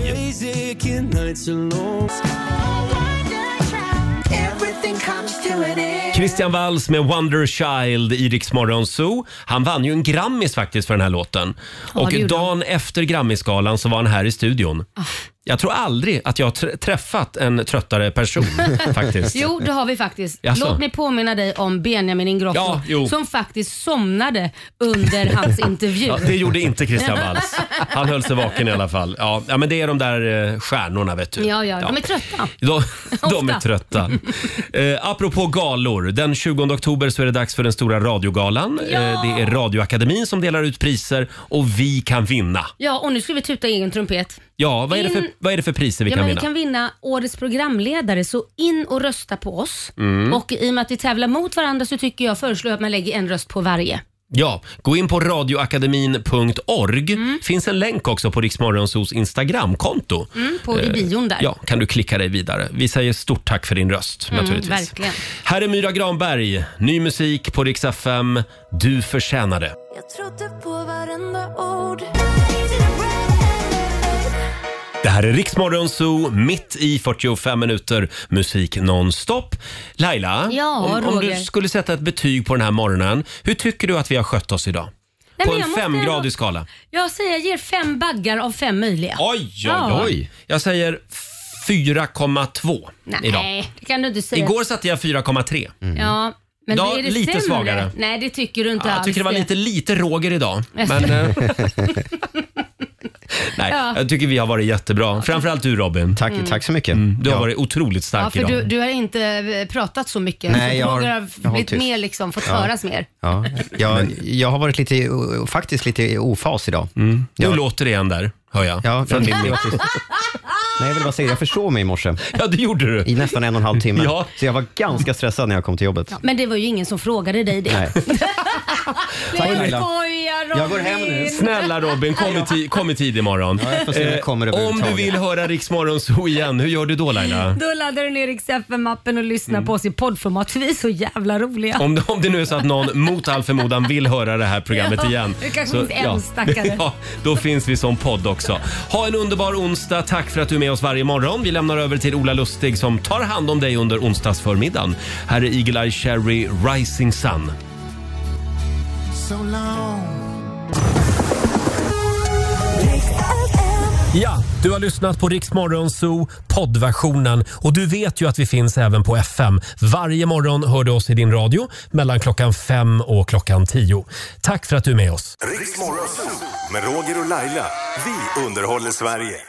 Christian Walls med Wonder Child i Rix Morgon Zoo. Han vann ju en Grammis faktiskt för den här låten. Och dagen efter Grammisgalan så var han här i studion. Jag tror aldrig att jag har träffat en tröttare person faktiskt. Jo, det har vi faktiskt. Jaså? Låt mig påminna dig om Benjamin Ingrosso som faktiskt somnade under hans intervju. Ja, det gjorde inte Christian Walls. Han höll sig vaken i alla fall. Ja, men det är de där stjärnorna, vet du. Ja, de är trötta. De är trötta. Apropå galor, den 20 oktober så är det dags för den stora radiogalan. Det är Radioakademin som delar ut priser och vi kan vinna. Ja, och nu ska vi tuta egen trumpet. Ja, vad är det för priser vi kan vinna? Vi kan vinna årets programledare, så in och rösta på oss. Och i och med att vi tävlar mot varandra så tycker jag föreslår att man lägger en röst på varje. Ja, gå in på radioakademin.org. Finns en länk också på Rix Morgonzoos Instagramkonto. I bion där. Ja, kan du klicka dig vidare. Vi säger stort tack för din röst naturligtvis. Verkligen. Här är Myra Granberg, ny musik på Rix FM. Du förtjänar det. Jag trodde på varenda ord. Det här är Rix Morgonzoo, mitt i 45 minuter musik nonstop. Laila, om du skulle sätta ett betyg på den här morgonen, hur tycker du att vi har skött oss idag? På en 5-gradig skala. Jag ger 5 baggar av 5 möjliga. Oj. Jag säger 4,2 idag. Nej, det kan du inte säga. Igår satte jag 4,3. Ja. Men är det lite sämre? svagare. Nej, det tycker du inte alls. Jag tycker det var lite Roger idag. Men, nej, jag tycker vi har varit jättebra. Framförallt du, Robin. Tack så mycket. Du har varit otroligt stark idag. idag. Du har inte pratat så mycket. Nej, så Roger har blivit mer liksom, fått höras mer. Ja. Jag har varit faktiskt lite ofas idag. Nu låter det igen där, hör jag. Ja, från min Nej, jag vill bara säga, jag försov mig i morse. Ja, det gjorde du. I nästan 1,5 timme. Ja. Så jag var ganska stressad när jag kom till jobbet. Men det var ju ingen som frågade dig det. Nej. Tack, Nej, Laila. skojar, Robin. Jag går hem nu. Snälla Robin, kom i tid imorgon. Ja, jag får se om jag kommer Om du vill höra Rix Morgon Zoo igen, hur gör du då Laila? Då laddar du ner Rix FM-appen och lyssnar på oss i poddformat, för vi är så jävla roliga. Om det nu är så att någon mot all förmodan vill höra det här programmet igen. Det kanske finns en stackare. Ja, då finns vi som podd också. Ha en underbar onsdag. Tack för att du är med oss varje morgon. Vi lämnar över till Ola Lustig som tar hand om dig under onsdagsförmiddagen. Här är Eagle Eye Cherry Rising Sun. So long. Ja, du har lyssnat på Rix Morgon Zoo poddversionen och du vet ju att vi finns även på FM. Varje morgon hör du oss i din radio mellan klockan 5 och klockan 10. Tack för att du är med oss. Rix Morgon Zoo med Roger och Laila. Vi underhåller Sverige.